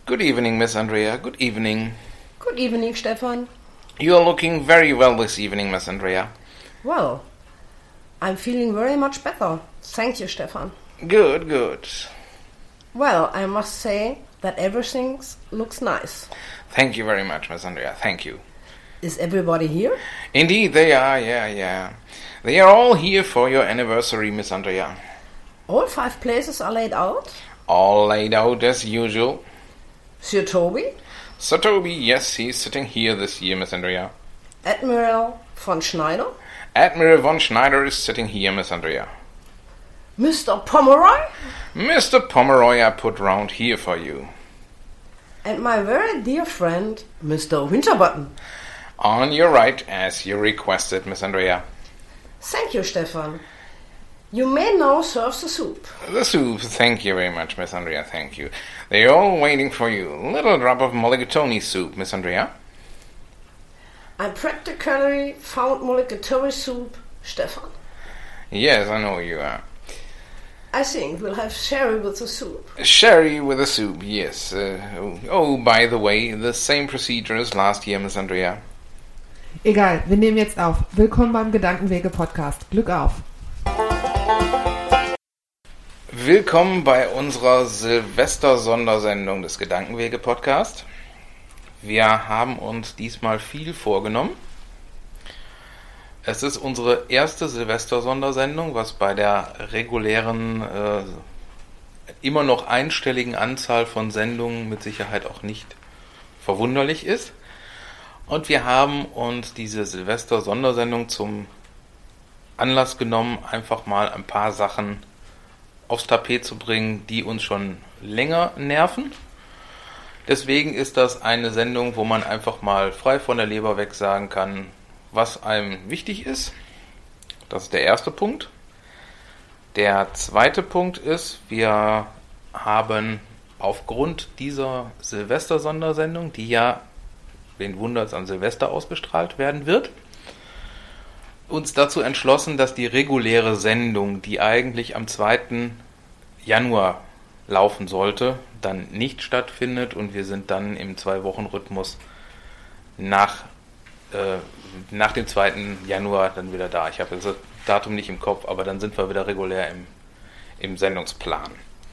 Good evening, Miss Andrea. Good evening. Good evening, Stefan. You are looking very well this evening, Miss Andrea. Well, I'm feeling very much better. Thank you, Stefan. Good, good. Well, I must say that everything looks nice. Thank you very much, Miss Andrea. Thank you. Is everybody here? Indeed, they are, yeah. They are all here for your anniversary, Miss Andrea. All 5 places are laid out? All laid out as usual. Sir Toby? Sir Toby, yes, he's sitting here this year, Miss Andrea. Admiral von Schneider? Admiral von Schneider is sitting here, Miss Andrea. Mr. Pomeroy? Mr. Pomeroy I put round here for you. And my very dear friend, Mr. Winterbottom. On your right, as you requested, Miss Andrea. Thank you, Stefan. You may now serve the soup. The soup, thank you very much, Miss Andrea, thank you. They're all waiting for you. Little drop of mulligatawny soup, Miss Andrea. I practically found mulligatawny soup, Stefan. Yes, I know you are. I think we'll have sherry with the soup. Sherry with the soup, yes. By the way, the same procedure as last year, Miss Andrea. Egal, wir nehmen jetzt auf. Willkommen beim Gedankenwege-Podcast. Glück auf! Willkommen bei unserer Silvester-Sondersendung des Gedankenwege-Podcast. Wir haben uns diesmal viel vorgenommen. Es ist unsere erste Silvester-Sondersendung, was bei der regulären, immer noch einstelligen Anzahl von Sendungen mit Sicherheit auch nicht verwunderlich ist. Und wir haben uns diese Silvester-Sondersendung zum Anlass genommen, einfach mal ein paar Sachen aufs Tapet zu bringen, die uns schon länger nerven. Deswegen ist das eine Sendung, wo man einfach mal frei von der Leber weg sagen kann, was einem wichtig ist. Das ist der erste Punkt. Der zweite Punkt ist, wir haben aufgrund dieser Silvester-Sondersendung, die ja, wen wundert's, an Silvester ausgestrahlt werden wird, uns dazu entschlossen, dass die reguläre Sendung, die eigentlich am 2. Januar laufen sollte, dann nicht stattfindet und wir sind dann im 2-Wochen-Rhythmus nach dem 2. Januar dann wieder da. Ich habe das Datum nicht im Kopf, aber dann sind wir wieder regulär im Sendungsplan.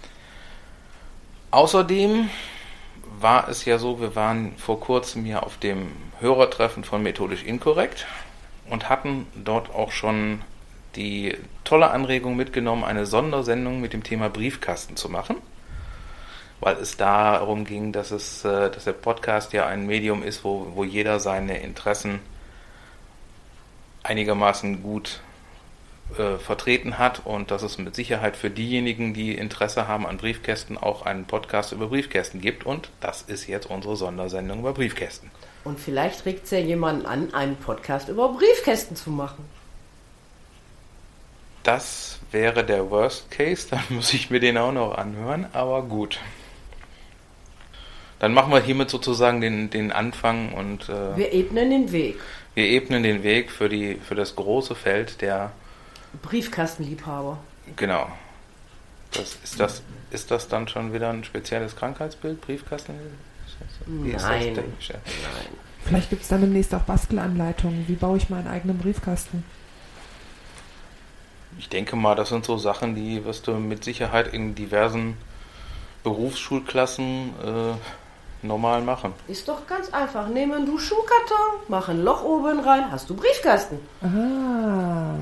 Außerdem war es ja so, wir waren vor kurzem hier auf dem Hörertreffen von Methodisch Inkorrekt und hatten dort auch schon die tolle Anregung mitgenommen, eine Sondersendung mit dem Thema Briefkasten zu machen, weil es darum ging, dass der Podcast ja ein Medium ist, wo jeder seine Interessen einigermaßen gut vertreten hat und dass es mit Sicherheit für diejenigen, die Interesse haben an Briefkästen, auch einen Podcast über Briefkästen gibt und das ist jetzt unsere Sondersendung über Briefkästen. Und vielleicht regt es ja jemanden an, einen Podcast über Briefkästen zu machen. Das wäre der Worst Case, dann muss ich mir den auch noch anhören, aber gut. Dann machen wir hiermit sozusagen den Anfang und wir ebnen den Weg. Wir ebnen den Weg für das große Feld der Briefkastenliebhaber. Genau. Ist das dann schon wieder ein spezielles Krankheitsbild, Briefkasten? Nein. Vielleicht gibt es dann demnächst auch Bastelanleitungen. Wie baue ich meinen eigenen Briefkasten? Ich denke mal, das sind so Sachen, die wirst du mit Sicherheit in diversen Berufsschulklassen normal machen. Ist doch ganz einfach. Nehmen du Schuhkarton, mach ein Loch oben rein, hast du Briefkasten. Ah.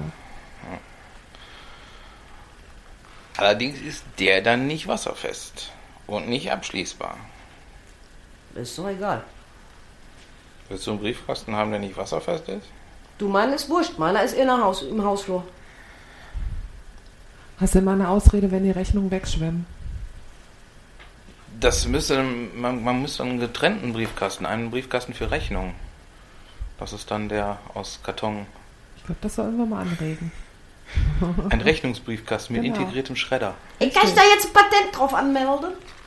Allerdings ist der dann nicht wasserfest und nicht abschließbar. Ist doch egal. Willst du einen Briefkasten haben, der nicht wasserfest ist? Du, meiner ist wurscht. Meiner ist im Hausflur. Hast du immer eine Ausrede, wenn die Rechnungen wegschwemmen? Man müsste einen getrennten Briefkasten, einen Briefkasten für Rechnungen. Das ist dann der aus Karton. Ich glaube, das sollten wir mal anregen. Ein Rechnungsbriefkasten mit Genau. integriertem Schredder. Ich kann da jetzt ein Patent drauf anmelden?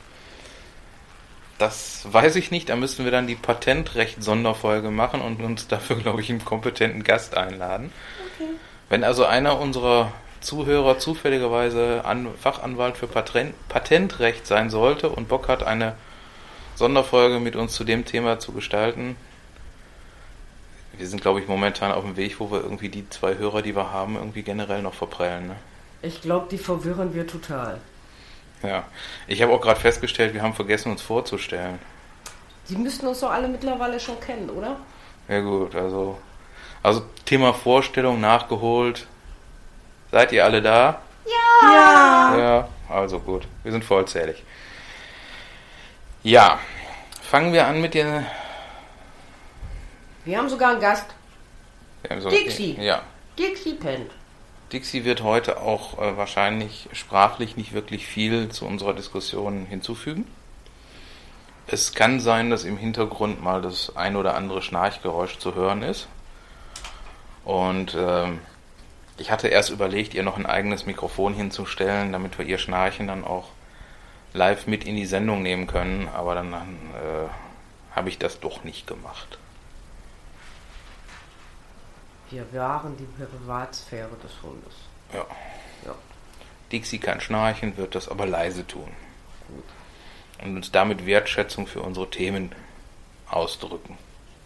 Das weiß ich nicht, da müssten wir dann die Patentrecht-Sonderfolge machen und uns dafür, glaube ich, einen kompetenten Gast einladen. Okay. Wenn also einer unserer Zuhörer zufälligerweise Fachanwalt für Patentrecht sein sollte und Bock hat, eine Sonderfolge mit uns zu dem Thema zu gestalten. Wir sind, glaube ich, momentan auf dem Weg, wo wir irgendwie die 2 Hörer, die wir haben, irgendwie generell noch verprellen. Ne? Ich glaube, die verwirren wir total. Ja, ich habe auch gerade festgestellt, wir haben vergessen, uns vorzustellen. Die müssten uns doch alle mittlerweile schon kennen, oder? Ja gut, also Thema Vorstellung nachgeholt. Seid ihr alle da? Ja! Ja, also gut, wir sind vollzählig. Ja, fangen wir an mit den... Wir haben sogar einen Gast. Dixie. Ja, Dixie pennt. Dixie wird heute auch wahrscheinlich sprachlich nicht wirklich viel zu unserer Diskussion hinzufügen. Es kann sein, dass im Hintergrund mal das ein oder andere Schnarchgeräusch zu hören ist. Und ich hatte erst überlegt, ihr noch ein eigenes Mikrofon hinzustellen, damit wir ihr Schnarchen dann auch live mit in die Sendung nehmen können. Aber dann habe ich das doch nicht gemacht. Wir wahren die Privatsphäre des Hundes. Ja. Ja. Dixie kann schnarchen, wird das aber leise tun. Gut. Und uns damit Wertschätzung für unsere Themen ausdrücken.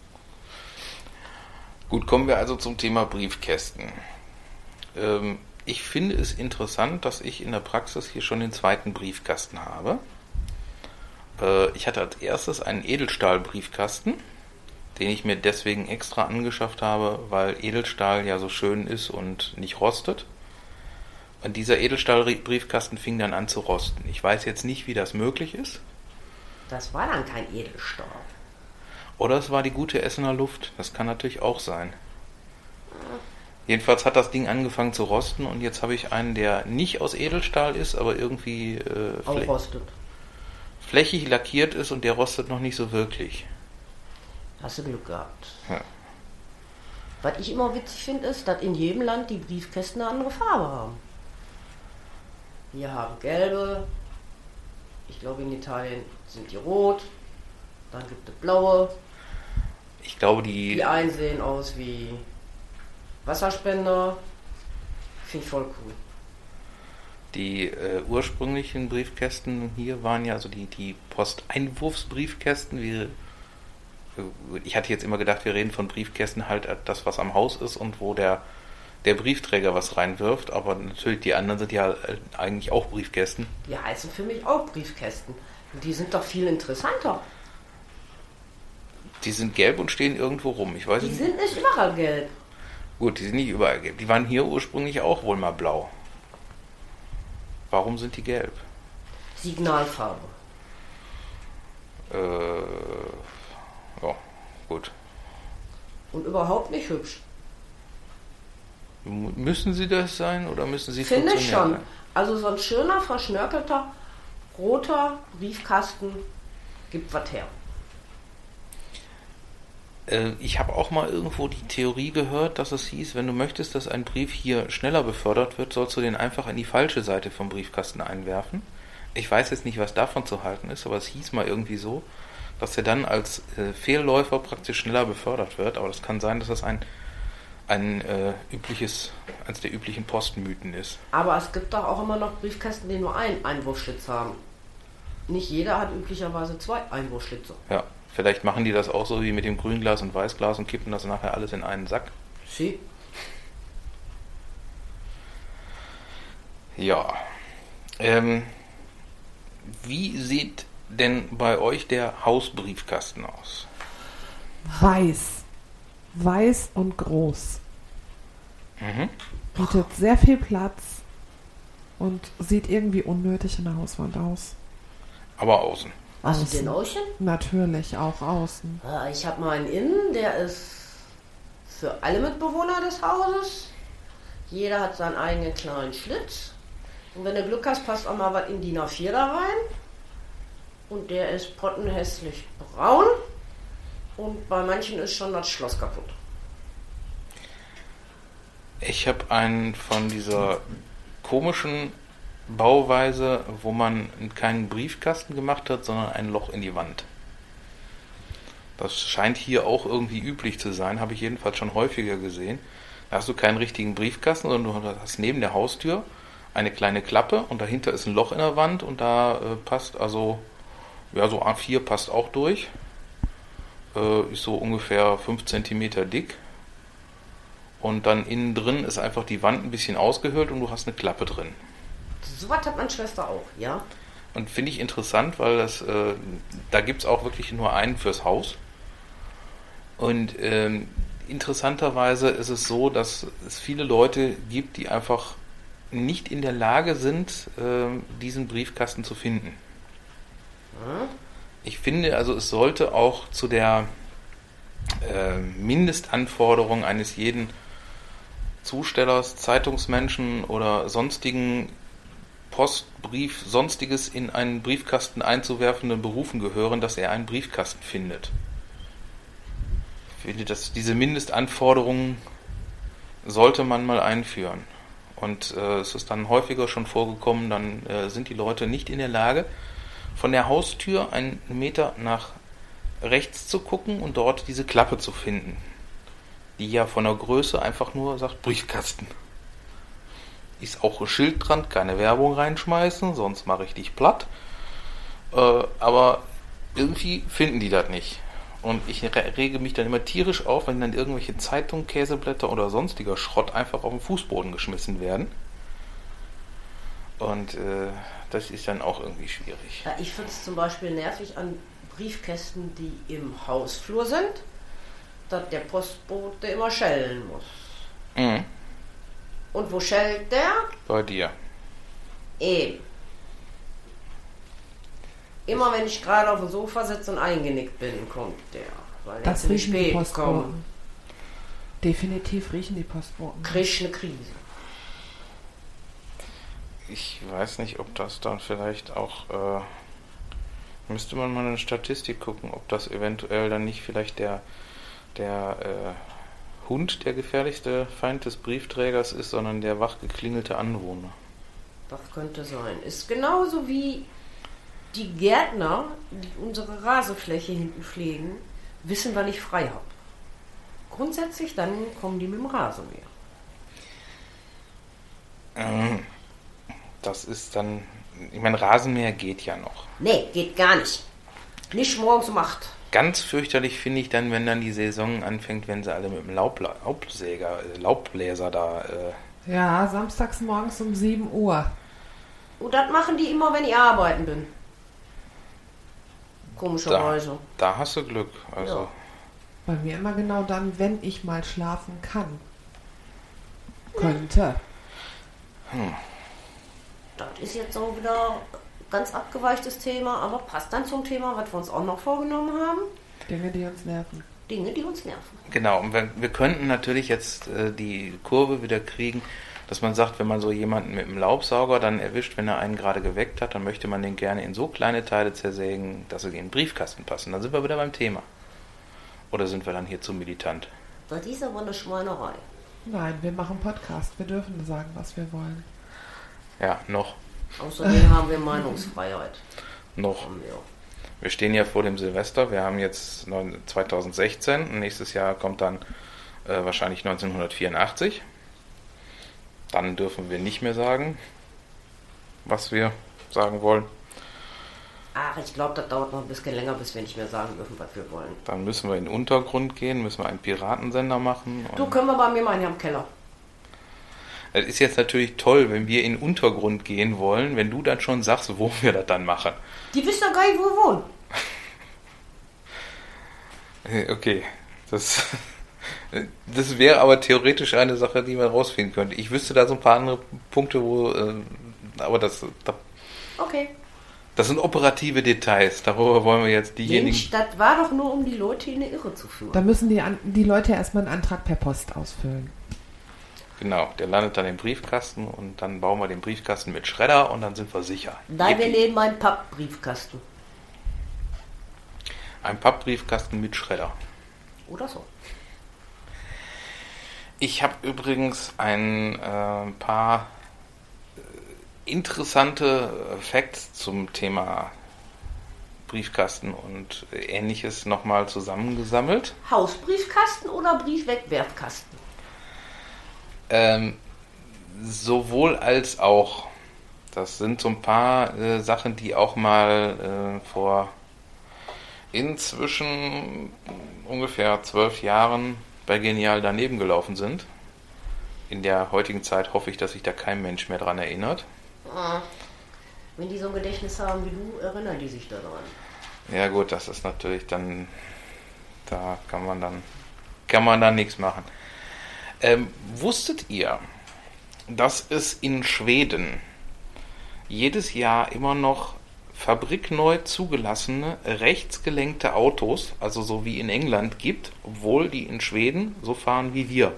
Gut, kommen wir also zum Thema Briefkästen. Ich finde es interessant, dass ich in der Praxis hier schon den 2. Briefkasten habe. Ich hatte als erstes einen Edelstahl-Briefkasten, den ich mir deswegen extra angeschafft habe, weil Edelstahl ja so schön ist und nicht rostet. Und dieser Edelstahl-Briefkasten fing dann an zu rosten. Ich weiß jetzt nicht, wie das möglich ist. Das war dann kein Edelstahl. Oder es war die gute Essener Luft. Das kann natürlich auch sein. Jedenfalls hat das Ding angefangen zu rosten und jetzt habe ich einen, der nicht aus Edelstahl ist, aber irgendwie Auch rostet. flächig lackiert ist und der rostet noch nicht so wirklich. Hast du Glück gehabt. Ja. Was ich immer witzig finde, ist, dass in jedem Land die Briefkästen eine andere Farbe haben. Wir haben gelbe, ich glaube in Italien sind die rot, dann gibt es blaue. Ich glaube, Die einen sehen aus wie Wasserspender. Finde ich voll cool. die ursprünglichen Briefkästen hier waren ja also die Posteinwurfsbriefkästen. Ich hatte jetzt immer gedacht, wir reden von Briefkästen halt das, was am Haus ist und wo der Briefträger was reinwirft, aber natürlich die anderen sind ja eigentlich auch Briefkästen. Die heißen für mich auch Briefkästen. Und die sind doch viel interessanter. Die sind gelb und stehen irgendwo rum. Ich weiß Die nicht. sind nicht überall gelb. Gut, die sind nicht überall gelb. Die waren hier ursprünglich auch wohl mal blau. Warum sind die gelb? Signalfarbe. Ja, gut. Und überhaupt nicht hübsch. Müssen sie das sein oder müssen sie Finde ich schon. sein? Also so ein schöner, verschnörkelter, roter Briefkasten gibt was her. Ich habe auch mal irgendwo die Theorie gehört, dass es hieß, wenn du möchtest, dass ein Brief hier schneller befördert wird, sollst du den einfach in die falsche Seite vom Briefkasten einwerfen. Ich weiß jetzt nicht, was davon zu halten ist, aber es hieß mal irgendwie so, dass er dann als Fehlläufer praktisch schneller befördert wird. Aber das kann sein, dass das eines der üblichen Postmythen ist. Aber es gibt doch auch immer noch Briefkästen, die nur einen Einwurfschlitz haben. Nicht jeder hat üblicherweise 2 Einwurfschlitze. Ja, vielleicht machen die das auch so wie mit dem Grünglas und Weißglas und kippen das nachher alles in einen Sack. Sie? Ja. Wie sieht denn bei euch der Hausbriefkasten aus? Weiß. Weiß und groß. Mhm. Bietet sehr viel Platz und sieht irgendwie unnötig in der Hauswand aus. Aber außen. Hast du Außen. den Ocean? Natürlich, auch außen. Ich habe mal einen innen, der ist für alle Mitbewohner des Hauses. Jeder hat seinen eigenen kleinen Schlitz. Und wenn du Glück hast, passt auch mal was in DIN A4 da rein. Und der ist pottenhässlich braun. Und bei manchen ist schon das Schloss kaputt. Ich habe einen von dieser komischen Bauweise, wo man keinen Briefkasten gemacht hat, sondern ein Loch in die Wand. Das scheint hier auch irgendwie üblich zu sein, habe ich jedenfalls schon häufiger gesehen. Da hast du keinen richtigen Briefkasten, sondern du hast neben der Haustür eine kleine Klappe und dahinter ist ein Loch in der Wand und da passt also Ja, so A4 passt auch durch. Ist so ungefähr 5 cm dick. Und dann innen drin ist einfach die Wand ein bisschen ausgehöhlt und du hast eine Klappe drin. So was hat meine Schwester auch, ja. Und finde ich interessant, weil da gibt es auch wirklich nur einen fürs Haus. Und interessanterweise ist es so, dass es viele Leute gibt, die einfach nicht in der Lage sind, diesen Briefkasten zu finden. Ich finde, also es sollte auch zu der Mindestanforderung eines jeden Zustellers, Zeitungsmenschen oder sonstigen Postbrief, sonstiges in einen Briefkasten einzuwerfenden Berufen gehören, dass er einen Briefkasten findet. Ich finde, dass diese Mindestanforderungen sollte man mal einführen. Und es ist dann häufiger schon vorgekommen, dann sind die Leute nicht in der Lage, von der Haustür einen Meter nach rechts zu gucken und dort diese Klappe zu finden, die ja von der Größe einfach nur sagt Briefkasten. Ist auch ein Schild dran, keine Werbung reinschmeißen, sonst mache ich dich platt. Aber irgendwie finden die das nicht. Und ich rege mich dann immer tierisch auf, wenn dann irgendwelche Zeitungen, Käseblätter oder sonstiger Schrott einfach auf den Fußboden geschmissen werden. Und das ist dann auch irgendwie schwierig. Ja, ich finde es zum Beispiel nervig an Briefkästen, die im Hausflur sind, dass der Postbote immer schellen muss. Mhm. Und wo schellt der? Bei dir. Eben. Immer wenn ich gerade auf dem Sofa sitze und eingenickt bin, kommt der. Weil Das jetzt nicht riechen die spät Postboten. kommen. Definitiv riechen die Postboten. Krieg ich eine Krise. Ich weiß nicht, ob das dann vielleicht auch, müsste man mal eine Statistik gucken, ob das eventuell dann nicht vielleicht der Hund der gefährlichste Feind des Briefträgers ist, sondern der wach geklingelte Anwohner. Das könnte sein. Ist genauso wie die Gärtner, die unsere Rasenfläche hinten pflegen, wissen, wann ich frei habe. Grundsätzlich dann kommen die mit dem Rasenmäher. Das ist dann, ich meine, Rasenmäher geht ja noch. Nee, geht gar nicht. Nicht morgens um 8. Ganz fürchterlich finde ich dann, wenn dann die Saison anfängt, wenn sie alle mit dem Laubbläser da... Ja, samstags morgens um 7 Uhr. Und das machen die immer, wenn ich arbeiten bin. Komischerweise. Da hast du Glück. Also. Ja. Bei mir immer genau dann, wenn ich mal schlafen kann. Könnte. Das ist jetzt so wieder ganz abgeweichtes Thema, aber passt dann zum Thema, was wir uns auch noch vorgenommen haben. Dinge, die uns nerven. Dinge, die uns nerven. Genau, und wir könnten natürlich jetzt die Kurve wieder kriegen, dass man sagt, wenn man so jemanden mit dem Laubsauger dann erwischt, wenn er einen gerade geweckt hat, dann möchte man den gerne in so kleine Teile zersägen, dass sie in den Briefkasten passen. Dann sind wir wieder beim Thema. Oder sind wir dann hier zu militant? Das ist aber eine Schweinerei. Nein, wir machen Podcast. Wir dürfen sagen, was wir wollen. Ja, noch. Außerdem haben wir Meinungsfreiheit. Noch. Ja. Wir stehen ja vor dem Silvester. Wir haben jetzt 2016. Und nächstes Jahr kommt dann wahrscheinlich 1984. Dann dürfen wir nicht mehr sagen, was wir sagen wollen. Ach, ich glaube, das dauert noch ein bisschen länger, bis wir nicht mehr sagen dürfen, was wir wollen. Dann müssen wir in den Untergrund gehen, müssen wir einen Piratensender machen. Du, können wir bei mir mal im Keller. Es ist jetzt natürlich toll, wenn wir in den Untergrund gehen wollen, wenn du dann schon sagst, wo wir das dann machen. Die wissen doch gar nicht, wo wir wohnen. Okay, das wäre aber theoretisch eine Sache, die man rausfinden könnte. Ich wüsste da so ein paar andere Punkte, aber das sind operative Details. Darüber wollen wir jetzt diejenigen... Mensch, das war doch nur, um die Leute in eine Irre zu führen. Da müssen die Leute erstmal einen Antrag per Post ausfüllen. Genau, der landet dann im Briefkasten und dann bauen wir den Briefkasten mit Schredder und dann sind wir sicher. Nein, wir nehmen einen Pappbriefkasten. Ein Pappbriefkasten mit Schredder. Oder so. Ich habe übrigens ein paar interessante Facts zum Thema Briefkasten und Ähnliches nochmal zusammengesammelt. Hausbriefkasten oder Briefwegwerfkasten? Sowohl als auch. Das sind so ein paar Sachen, die auch mal vor inzwischen ungefähr 12 Jahren bei Genial daneben gelaufen sind. In der heutigen Zeit hoffe ich, dass sich da kein Mensch mehr dran erinnert. Wenn die so ein Gedächtnis haben wie du, erinnern die sich daran. Ja gut, das ist natürlich dann, da kann man dann nichts machen. Wusstet ihr, dass es in Schweden jedes Jahr immer noch fabrikneu zugelassene rechtsgelenkte Autos, also so wie in England, gibt, obwohl die in Schweden so fahren wie wir?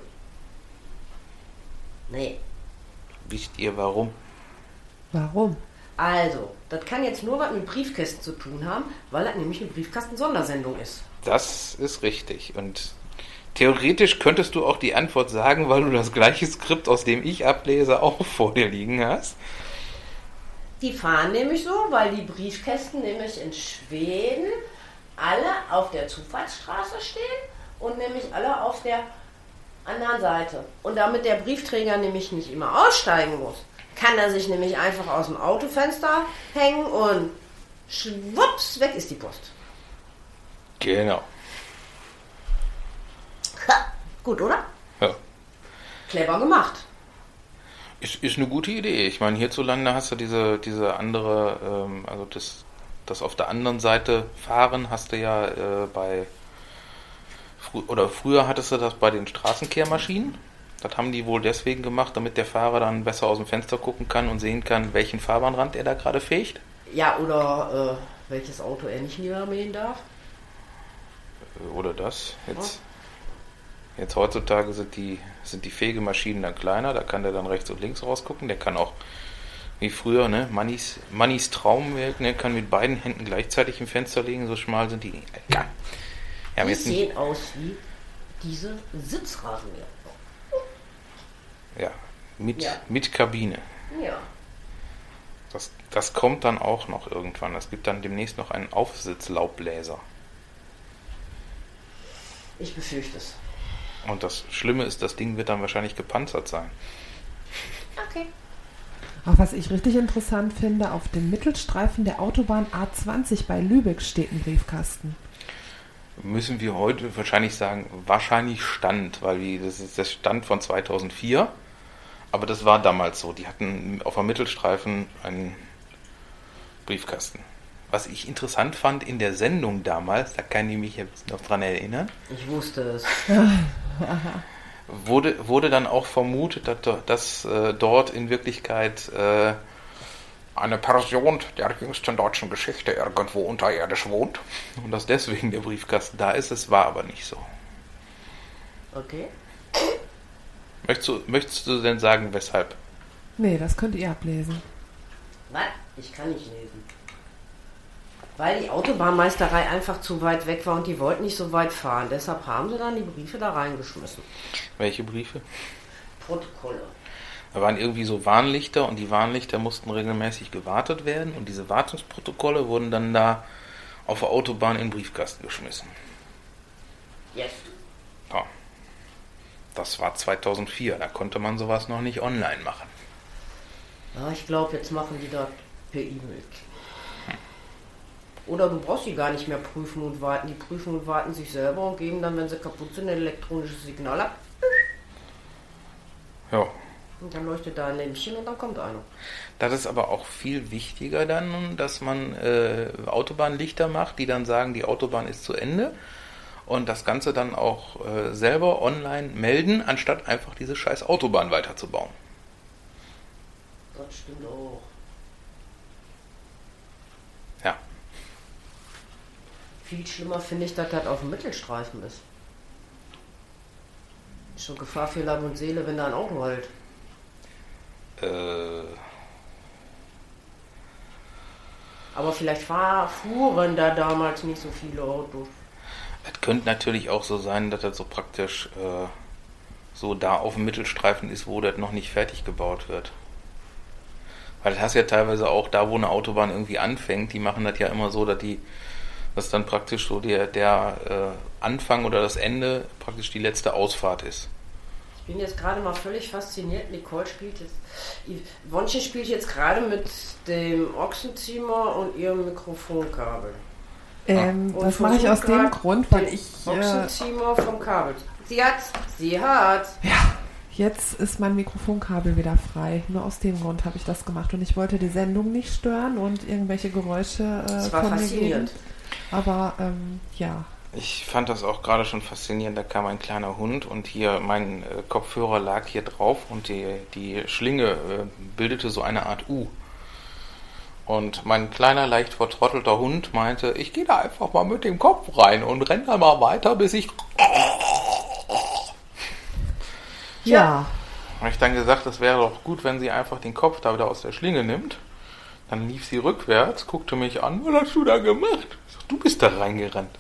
Nee. Wisst ihr warum? Warum? Also, das kann jetzt nur was mit Briefkästen zu tun haben, weil das nämlich eine Briefkasten-Sondersendung ist. Das ist richtig. Und theoretisch könntest du auch die Antwort sagen, weil du das gleiche Skript, aus dem ich ablese, auch vor dir liegen hast. Die fahren nämlich so, weil die Briefkästen nämlich in Schweden alle auf der Zufahrtsstraße stehen und nämlich alle auf der anderen Seite. Und damit der Briefträger nämlich nicht immer aussteigen muss, kann er sich nämlich einfach aus dem Autofenster hängen und schwupps, weg ist die Post. Genau. Ha, gut, oder? Ja. Clever gemacht. Ist eine gute Idee. Ich meine, hierzulande hast du diese andere, also das auf der anderen Seite fahren hast du ja früher hattest du das bei den Straßenkehrmaschinen. Das haben die wohl deswegen gemacht, damit der Fahrer dann besser aus dem Fenster gucken kann und sehen kann, welchen Fahrbahnrand er da gerade fegt. Ja, oder welches Auto er nicht niedermähen darf. Oder das. Jetzt heutzutage sind die Fegemaschinen dann kleiner, da kann der dann rechts und links rausgucken. Der kann auch, wie früher, ne, Mannis Traumwerk, ne, kann mit beiden Händen gleichzeitig im Fenster liegen, so schmal sind die. Ja. Die sehen aus wie diese Sitzrasenmäher. Ja, mit Kabine. Ja. Das kommt dann auch noch irgendwann. Es gibt dann demnächst noch einen Aufsitzlaubbläser. Ich befürchte es. Und das Schlimme ist, das Ding wird dann wahrscheinlich gepanzert sein. Okay. Auch was ich richtig interessant finde, auf dem Mittelstreifen der Autobahn A20 bei Lübeck steht ein Briefkasten. Müssen wir heute wahrscheinlich sagen, wahrscheinlich stand, weil das ist der Stand von 2004. Aber das war damals so. Die hatten auf dem Mittelstreifen einen Briefkasten. Was ich interessant fand in der Sendung damals, da kann ich mich jetzt noch dran erinnern. Ich wusste es. Wurde dann auch vermutet, dass dort in Wirklichkeit eine Person der jüngsten deutschen Geschichte irgendwo unterirdisch wohnt und dass deswegen der Briefkasten da ist. Es war aber nicht so. Okay. Möchtest du denn sagen, weshalb? Nee, das könnt ihr ablesen. Was? Ich kann nicht lesen. Weil die Autobahnmeisterei einfach zu weit weg war und die wollten nicht so weit fahren. Deshalb haben sie dann die Briefe da reingeschmissen. Welche Briefe? Protokolle. Da waren irgendwie so Warnlichter und die Warnlichter mussten regelmäßig gewartet werden und diese Wartungsprotokolle wurden dann da auf der Autobahn in den Briefkasten geschmissen. Yes. Ja. Das war 2004, da konnte man sowas noch nicht online machen. Ja, ich glaube, jetzt machen die das per E-Mail. Oder du brauchst die gar nicht mehr prüfen und warten. Die prüfen und warten sich selber und geben dann, wenn sie kaputt sind, ein elektronisches Signal ab. Ja. Und dann leuchtet da ein Lämpchen und dann kommt einer. Das ist aber auch viel wichtiger dann, dass man Autobahnlichter macht, die dann sagen, die Autobahn ist zu Ende und das Ganze dann auch selber online melden, anstatt einfach diese scheiß Autobahn weiterzubauen. Das stimmt auch. Ja. Viel schlimmer finde ich, dass das auf dem Mittelstreifen ist. Schon Gefahr für Leib und Seele, wenn da ein Auto rollt. Aber vielleicht fuhren da damals nicht so viele Autos. Es könnte natürlich auch so sein, dass das so praktisch so da auf dem Mittelstreifen ist, wo das noch nicht fertig gebaut wird. Weil das hast ja teilweise auch da, wo eine Autobahn irgendwie anfängt, die machen das ja immer so, dass dann praktisch so der Anfang oder das Ende praktisch die letzte Ausfahrt ist. Ich bin jetzt gerade mal völlig fasziniert. Nicole Wonche spielt jetzt gerade mit dem Ochsenziemer und ihrem Mikrofonkabel. Das mache ich aus dem Grund, weil ich... Ochsenziemer vom Kabel. Sie hat. Ja, jetzt ist mein Mikrofonkabel wieder frei. Nur aus dem Grund habe ich das gemacht. Und ich wollte die Sendung nicht stören und irgendwelche Geräusche Das war faszinierend. Aber ja. Ich fand das auch gerade schon faszinierend. Da kam ein kleiner Hund und hier mein Kopfhörer lag hier drauf und die Schlinge bildete so eine Art U. Und mein kleiner, leicht vertrottelter Hund meinte, ich gehe da einfach mal mit dem Kopf rein und renne dann mal weiter, bis ich... Ja. Habe ich dann gesagt, das wäre doch gut, wenn sie einfach den Kopf da wieder aus der Schlinge nimmt. Dann lief sie rückwärts, guckte mich an, was hast du da gemacht? Ich sag, du bist da reingerannt.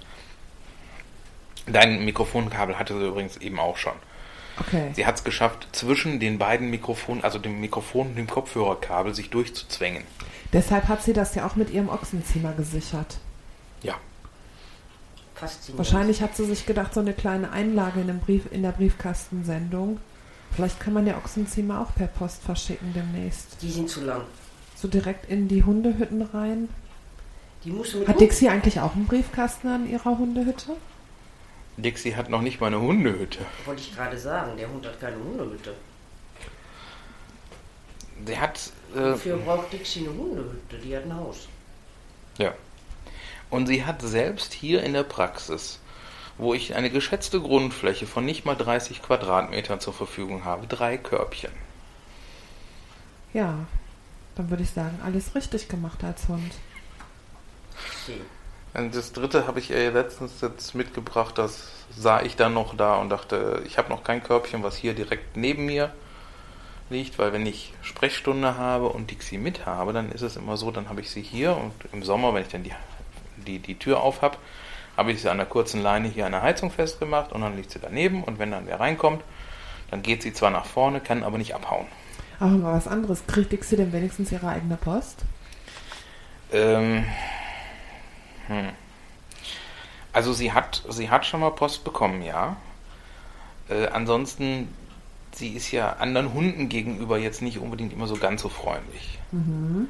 Dein Mikrofonkabel hatte sie übrigens eben auch schon. Okay. Sie hat es geschafft, zwischen den beiden Mikrofonen, also dem Mikrofon und dem Kopfhörerkabel, sich durchzuzwängen. Deshalb hat sie das ja auch mit ihrem Ochsenziemer gesichert. Ja. Faszinierend. Wahrscheinlich hat sie sich gedacht, so eine kleine Einlage in der Briefkastensendung. Vielleicht kann man ja Ochsenziemer auch per Post verschicken demnächst. Die sind zu lang. So direkt in die Hundehütten rein. Die musst du mit Hat Dixie eigentlich auch einen Briefkasten an ihrer Hundehütte? Dixie hat noch nicht mal eine Hundehütte. Wollte ich gerade sagen, der Hund hat keine Hundehütte. Sie hat... Wofür braucht Dixie eine Hundehütte? Die hat ein Haus. Ja. Und sie hat selbst hier in der Praxis, wo ich eine geschätzte Grundfläche von nicht mal 30 Quadratmetern zur Verfügung habe, 3 Körbchen. Ja, dann würde ich sagen, alles richtig gemacht als Hund. Und das dritte habe ich letztens jetzt mitgebracht, das sah ich dann noch da und dachte, ich habe noch kein Körbchen, was hier direkt neben mir liegt, weil wenn ich Sprechstunde habe und Dixie mit habe, dann ist es immer so, dann habe ich sie hier und im Sommer, wenn ich dann die Tür auf habe ich sie an der kurzen Leine hier an der Heizung festgemacht und dann liegt sie daneben und wenn dann wer reinkommt, dann geht sie zwar nach vorne, kann aber nicht abhauen. Aber mal was anderes, kriegt Dixie denn wenigstens ihre eigene Post? Also sie hat schon mal Post bekommen, ja. Ansonsten, sie ist ja anderen Hunden gegenüber jetzt nicht unbedingt immer so ganz so freundlich. Mhm.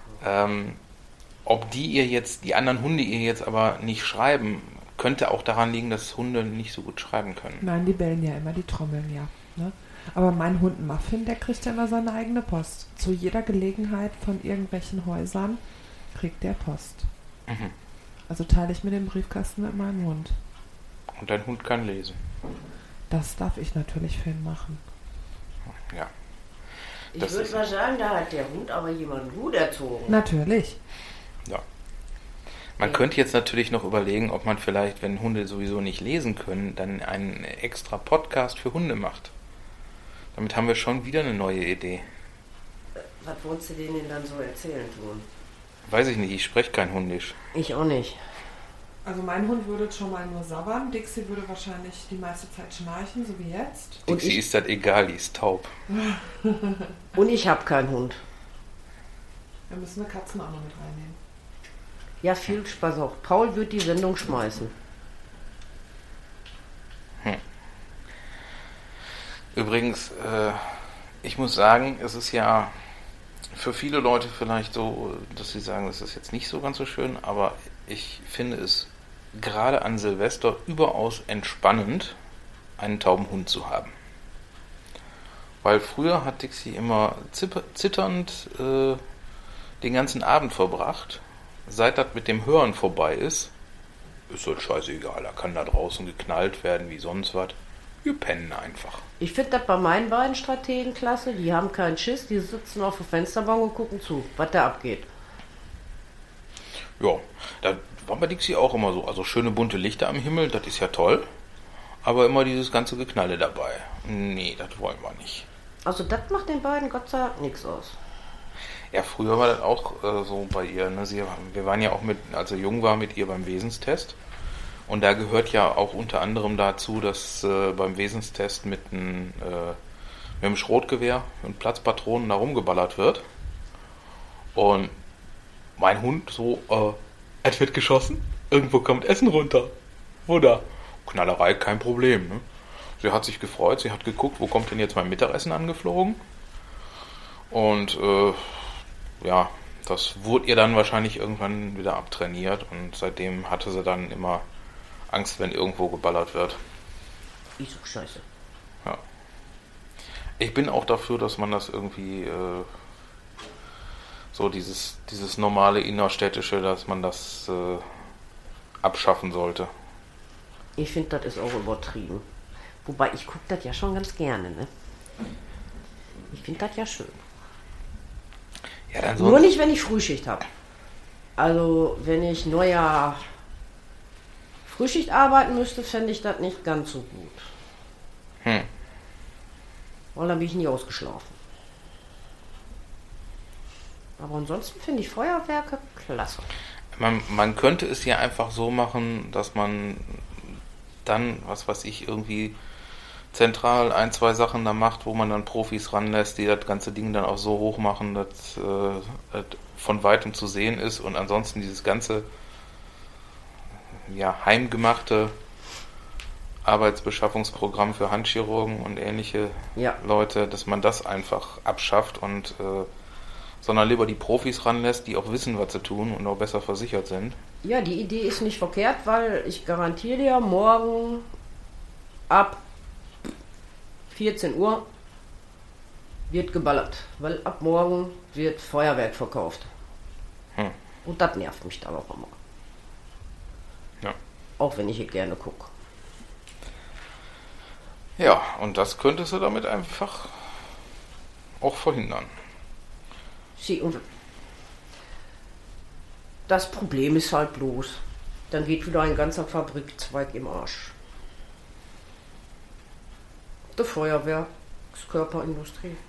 Ob die anderen Hunde ihr jetzt aber nicht schreiben, könnte auch daran liegen, dass Hunde nicht so gut schreiben können. Nein, die bellen ja immer, die trommeln ja. Ne? Aber mein Hund Muffin, der kriegt ja immer seine eigene Post. Zu jeder Gelegenheit von irgendwelchen Häusern kriegt der Post. Mhm. Also teile ich mir den Briefkasten mit meinem Hund. Und dein Hund kann lesen. Das darf ich natürlich für ihn machen. Ja. Ich würde mal sagen, da hat der Hund aber jemanden gut erzogen. Natürlich. Ja. Man könnte jetzt natürlich noch überlegen, ob man vielleicht, wenn Hunde sowieso nicht lesen können, dann einen extra Podcast für Hunde macht. Damit haben wir schon wieder eine neue Idee. Was wolltest du denen dann so erzählen tun? Weiß ich nicht, ich spreche kein Hundisch. Ich auch nicht. Also mein Hund würde schon mal nur sabbern. Dixie würde wahrscheinlich die meiste Zeit schnarchen, so wie jetzt. Dixie ist das egal, die ist taub. Und ich habe keinen Hund. Wir müssen eine Katzen auch noch mit reinnehmen. Ja, viel Spaß auch. Paul wird die Sendung schmeißen. Übrigens, ich muss sagen, es ist ja für viele Leute vielleicht so, dass sie sagen, das ist jetzt nicht so ganz so schön, aber ich finde es gerade an Silvester überaus entspannend, einen tauben Hund zu haben. Weil früher hat Dixie immer zitternd den ganzen Abend verbracht. Seit das mit dem Hören vorbei ist halt scheißegal, da kann da draußen geknallt werden wie sonst was. Wir pennen einfach. Ich finde das bei meinen beiden Strategen klasse. Die haben keinen Schiss, die sitzen auf der Fensterbank und gucken zu, was da abgeht. Ja, da war bei Dixie auch immer so. Also schöne bunte Lichter am Himmel, das ist ja toll. Aber immer dieses ganze Geknalle dabei. Nee, das wollen wir nicht. Also das macht den beiden Gott sei Dank nichts aus. Ja, früher war das auch so bei ihr. Ne? Wir waren ja auch als sie jung war, mit ihr beim Wesenstest. Und da gehört ja auch unter anderem dazu, dass beim Wesenstest mit einem Schrotgewehr und Platzpatronen da rumgeballert wird. Und mein Hund so, es wird geschossen, irgendwo kommt Essen runter. Oder? Knallerei, kein Problem. Ne? Sie hat sich gefreut, sie hat geguckt, wo kommt denn jetzt mein Mittagessen angeflogen? Und ja, Das wurde ihr dann wahrscheinlich irgendwann wieder abtrainiert und seitdem hatte sie dann immer Angst, wenn irgendwo geballert wird. Ist doch scheiße. Ja. Ich bin auch dafür, dass man das irgendwie so dieses normale innerstädtische, dass man das abschaffen sollte. Ich finde, das ist auch übertrieben. Wobei, ich gucke das ja schon ganz gerne, ne? Ich finde das ja schön. Ja, dann Nur nicht, wenn ich Frühschicht habe. Also, wenn ich Neujahr Frühschicht arbeiten müsste, fände ich das nicht ganz so gut. Weil dann bin ich nie ausgeschlafen. Aber ansonsten finde ich Feuerwerke klasse. Man könnte es ja einfach so machen, dass man dann, was weiß ich, irgendwie zentral 1, 2 Sachen da macht, wo man dann Profis ranlässt, die das ganze Ding dann auch so hoch machen, dass das von weitem zu sehen ist und ansonsten dieses ganze heimgemachte Arbeitsbeschaffungsprogramm für Handchirurgen und ähnliche Leute, dass man das einfach abschafft und sondern lieber die Profis ranlässt, die auch wissen, was sie tun und auch besser versichert sind. Ja, die Idee ist nicht verkehrt, weil ich garantiere dir, morgen ab 14 Uhr wird geballert, weil ab morgen wird Feuerwerk verkauft. Und das nervt mich dann auch immer. Ja. Auch wenn ich hier gerne gucke. Ja, und das könntest du damit einfach auch verhindern. Und das Problem ist halt bloß, dann geht wieder ein ganzer Fabrikzweig im Arsch. Die Feuerwerkskörperindustrie.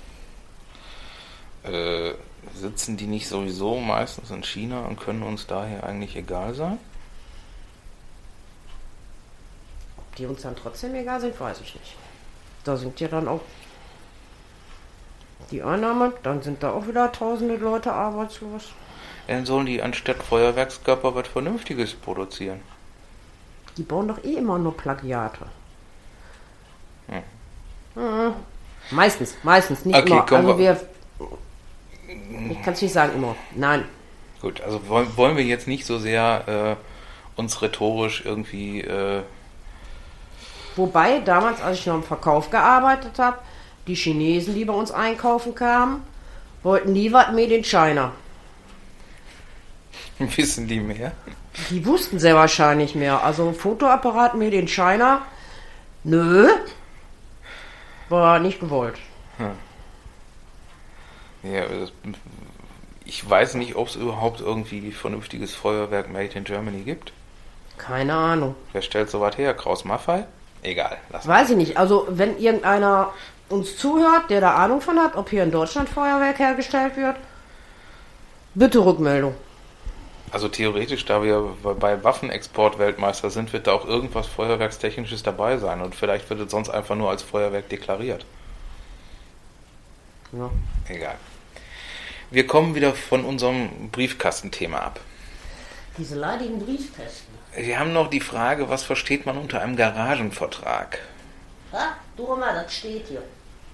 Sitzen die nicht sowieso meistens in China und können uns daher eigentlich egal sein? Ob die uns dann trotzdem egal sind, weiß ich nicht. Da sind ja dann auch die Einnahmen, dann sind da auch wieder tausende Leute arbeitslos. Dann sollen die anstatt Feuerwerkskörper was Vernünftiges produzieren. Die bauen doch eh immer nur Plagiate. Meistens, nicht okay, immer. Also ich kann es nicht sagen immer. Nein. Gut, also wollen wir jetzt nicht so sehr uns rhetorisch irgendwie... Wobei, damals, als ich noch im Verkauf gearbeitet habe, die Chinesen, die bei uns einkaufen kamen, wollten nie was made in China. Wissen die mehr? Die wussten sehr wahrscheinlich mehr. Also ein Fotoapparat made in China, nö, war nicht gewollt. Ja, ich weiß nicht, ob es überhaupt irgendwie vernünftiges Feuerwerk made in Germany gibt. Keine Ahnung. Wer stellt sowas her? Kraus Maffei? Egal. Weiß ich nicht. Also wenn irgendeiner uns zuhört, der da Ahnung von hat, ob hier in Deutschland Feuerwerk hergestellt wird, bitte Rückmeldung. Also theoretisch, da wir bei Waffenexport-Weltmeister sind, wird da auch irgendwas Feuerwerkstechnisches dabei sein und vielleicht wird es sonst einfach nur als Feuerwerk deklariert. Ja. Egal. Wir kommen wieder von unserem Briefkastenthema ab. Diese leidigen Briefkästen. Wir haben noch die Frage, was versteht man unter einem Garagenvertrag? Ha, du mal, das steht hier.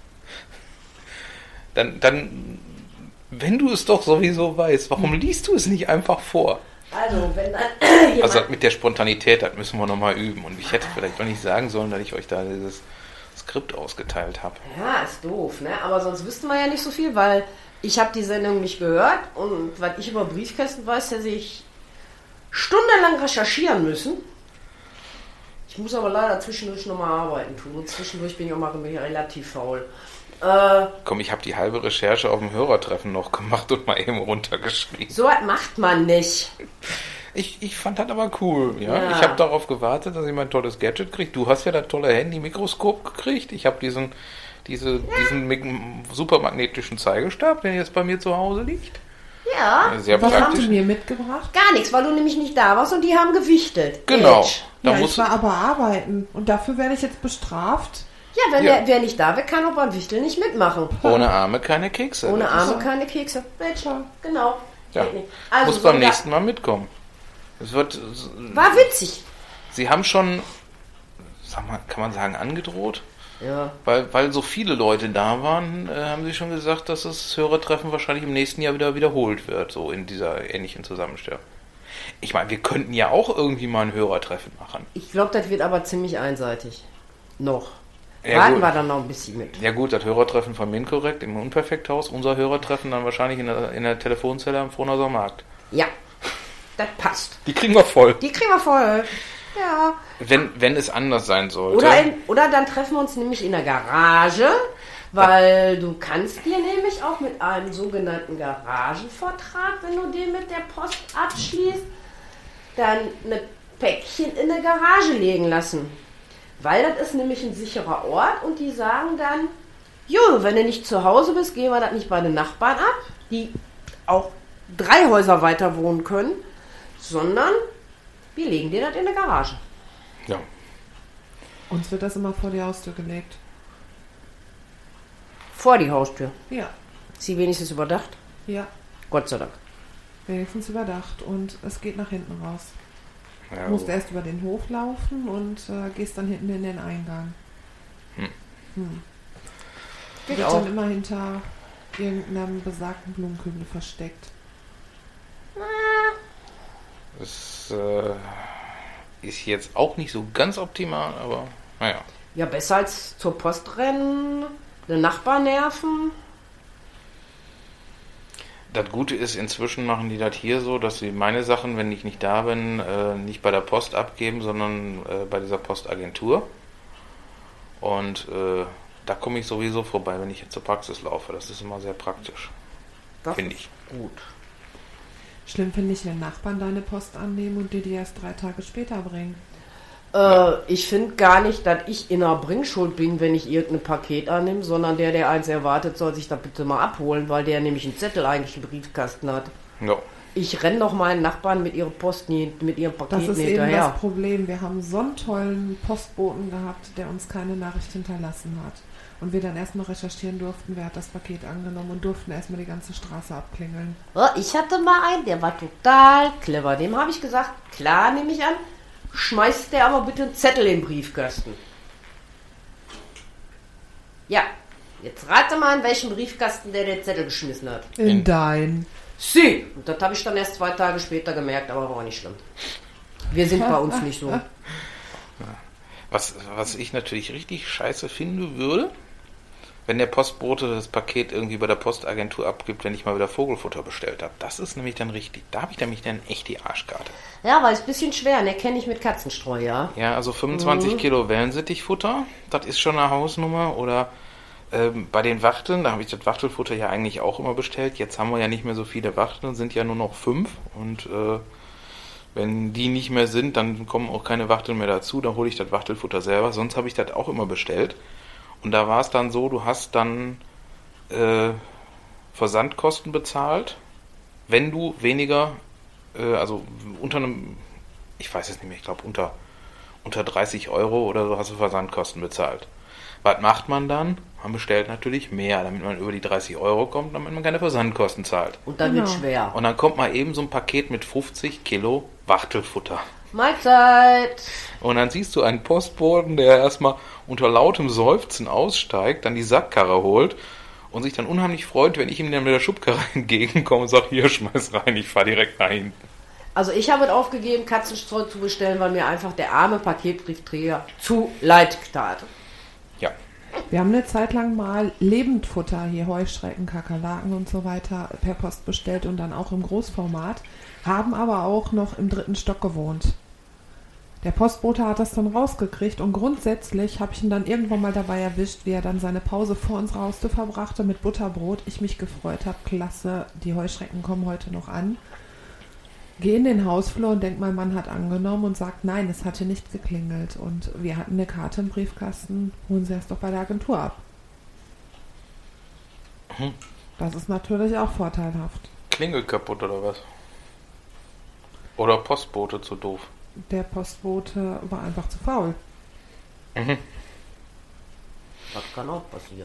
Dann, wenn du es doch sowieso weißt, warum liest du es nicht einfach vor? Also, wenn dann Also mit der Spontanität, das müssen wir nochmal üben. Und ich hätte vielleicht noch nicht sagen sollen, dass ich euch da dieses Skript ausgeteilt habe. Ja, ist doof, ne? Aber sonst wüssten wir ja nicht so viel, weil ich habe die Sendung nicht gehört und weil ich über Briefkästen weiß, dass ich stundenlang recherchieren müssen. Ich muss aber leider zwischendurch nochmal arbeiten tun und zwischendurch bin ich auch mal relativ faul. Komm, ich habe die halbe Recherche auf dem Hörertreffen noch gemacht und mal eben runtergeschrieben. So was macht man nicht. Ich fand das aber cool. Ja? Ich habe darauf gewartet, dass ich mein tolles Gadget kriege. Du hast ja das tolle Handy-Mikroskop gekriegt. Ich habe diesen supermagnetischen Zeigestab, der jetzt bei mir zu Hause liegt. Ja. Sehr Was haben praktisch. Sie mir mitgebracht? Gar nichts, weil du nämlich nicht da warst und die haben gewichtet. Genau. Edge. Da Ja, musst ich du, war aber arbeiten und dafür werde ich jetzt bestraft. Ja, wenn Ja. wer nicht da wird, kann auch beim Wichteln nicht mitmachen. ohne Arme keine Kekse. Ohne Das Arme so. keine Kekse. Mensch, Ja. genau. Ja. Geht nicht. Also muss so beim da- nächsten Mal mitkommen. Es wird. War witzig. Sie haben schon, sag mal, kann man sagen, angedroht, Ja. Weil so viele Leute da waren, haben sie schon gesagt, dass das Hörertreffen wahrscheinlich im nächsten Jahr wieder wiederholt wird, so in dieser ähnlichen Zusammenstellung. Ich meine, wir könnten ja auch irgendwie mal ein Hörertreffen machen. Ich glaube, das wird aber ziemlich einseitig. Noch. Ja, Warten gut. wir dann noch ein bisschen mit. Ja gut, das Hörertreffen von Minkorrekt im Unperfekthaus, unser Hörertreffen dann wahrscheinlich in der Telefonzelle am Frohnhauser Markt. Ja, das passt. Die kriegen wir voll. Die kriegen wir voll. Ja. Wenn es anders sein sollte. Oder dann treffen wir uns nämlich in der Garage, weil du kannst dir nämlich auch mit einem sogenannten Garagenvertrag, wenn du den mit der Post abschließt, dann eine Päckchen in eine Garage legen lassen. Weil das ist nämlich ein sicherer Ort und die sagen dann, jo, wenn du nicht zu Hause bist, gehen wir das nicht bei den Nachbarn ab, die auch 3 Häuser weiter wohnen können, sondern wir legen dir das in eine Garage. Ja. Uns wird das immer vor die Haustür gelegt. Vor die Haustür. Ja, Ist sie wenigstens überdacht? ja, Gott sei Dank. wenigstens überdacht. Und es geht nach hinten raus. Ja, Du musst erst über den Hof laufen und gehst dann hinten in den Eingang. Geht Wird auch. dann immer hinter irgendeinem besagten Blumenkübel versteckt. das ist jetzt auch nicht so ganz optimal, aber naja. Ja, besser als zur Post rennen, den Nachbarn nerven. Das Gute ist, inzwischen machen die das hier so, dass sie meine Sachen, wenn ich nicht da bin, nicht bei der Post abgeben, sondern bei dieser Postagentur. Und da komme ich sowieso vorbei, wenn ich jetzt zur Praxis laufe. Das ist immer sehr praktisch, Das finde ist ich. gut. Schlimm finde ich, wenn Nachbarn deine Post annehmen und dir die erst 3 Tage später bringen. Ich finde gar nicht, dass ich in einer Bringschuld bin, wenn ich irgendein Paket annehme, sondern der eins erwartet, soll sich das bitte mal abholen, weil der nämlich einen Zettel eigentlich im Briefkasten hat. Ja. Ich renne doch meinen Nachbarn mit ihrem mit ihrem Das Paket ist eben hinterher. das Problem. Wir haben so einen tollen Postboten gehabt, der uns keine Nachricht hinterlassen hat. Und wir dann erstmal recherchieren durften, wer hat das Paket angenommen und durften erstmal die ganze Straße abklingeln. Oh, ich hatte mal einen, der war total clever. Dem habe ich gesagt, klar, nehme ich an, schmeißt der aber bitte einen Zettel in den Briefkasten. Ja, jetzt rate mal, in welchem Briefkasten der den Zettel geschmissen hat. In dein. Sie! Und das habe ich dann erst 2 Tage später gemerkt, aber war auch nicht schlimm. Wir sind bei uns nicht so. Was ich natürlich richtig scheiße finden würde, wenn der Postbote das Paket irgendwie bei der Postagentur abgibt, wenn ich mal wieder Vogelfutter bestellt habe. Das ist nämlich dann richtig. Da habe ich nämlich dann echt die Arschkarte. Ja, weil es ein bisschen schwer, ne? Kenne ich mit Katzenstreu, ja. Ja, also 25 Kilo Wellensittichfutter, das ist schon eine Hausnummer. Oder bei den Wachteln, da habe ich das Wachtelfutter ja eigentlich auch immer bestellt. Jetzt haben wir ja nicht mehr so viele Wachteln, sind ja nur noch 5. Und wenn die nicht mehr sind, dann kommen auch keine Wachteln mehr dazu. Da hole ich das Wachtelfutter selber. Sonst habe ich das auch immer bestellt. Und da war es dann so, du hast dann Versandkosten bezahlt, wenn du weniger, also unter einem, ich weiß es nicht mehr, ich glaube unter 30 Euro oder so hast du Versandkosten bezahlt. Was macht man dann? Man bestellt natürlich mehr, damit man über die 30 Euro kommt, damit man keine Versandkosten zahlt. Und dann wird Genau. schwer. Und dann kommt mal eben so ein Paket mit 50 Kilo Wachtelfutter. Mahlzeit! Und dann siehst du einen Postboten, der erstmal unter lautem Seufzen aussteigt, dann die Sackkarre holt und sich dann unheimlich freut, wenn ich ihm dann mit der Schubkarre entgegenkomme und sage, hier, schmeiß rein, ich fahre direkt nach hinten. Also ich habe es aufgegeben, Katzenstreu zu bestellen, weil mir einfach der arme Paketbriefträger zu leid tat. Ja. Wir haben eine Zeit lang mal Lebendfutter, hier Heuschrecken, Kakerlaken und so weiter, per Post bestellt und dann auch im Großformat, haben aber auch noch im 3. Stock gewohnt. Der Postbote hat das dann rausgekriegt und grundsätzlich habe ich ihn dann irgendwann mal dabei erwischt, wie er dann seine Pause vor unserer Haustür verbrachte mit Butterbrot. Ich mich gefreut habe, klasse, die Heuschrecken kommen heute noch an. Gehe in den Hausflur und denke, mein Mann hat angenommen und sagt, nein, es hatte nicht geklingelt. Und wir hatten eine Karte im Briefkasten, holen Sie erst doch bei der Agentur ab. Das ist natürlich auch vorteilhaft. Klingel kaputt oder was? Oder Postbote zu doof. Der Postbote war einfach zu faul. Das kann auch passieren.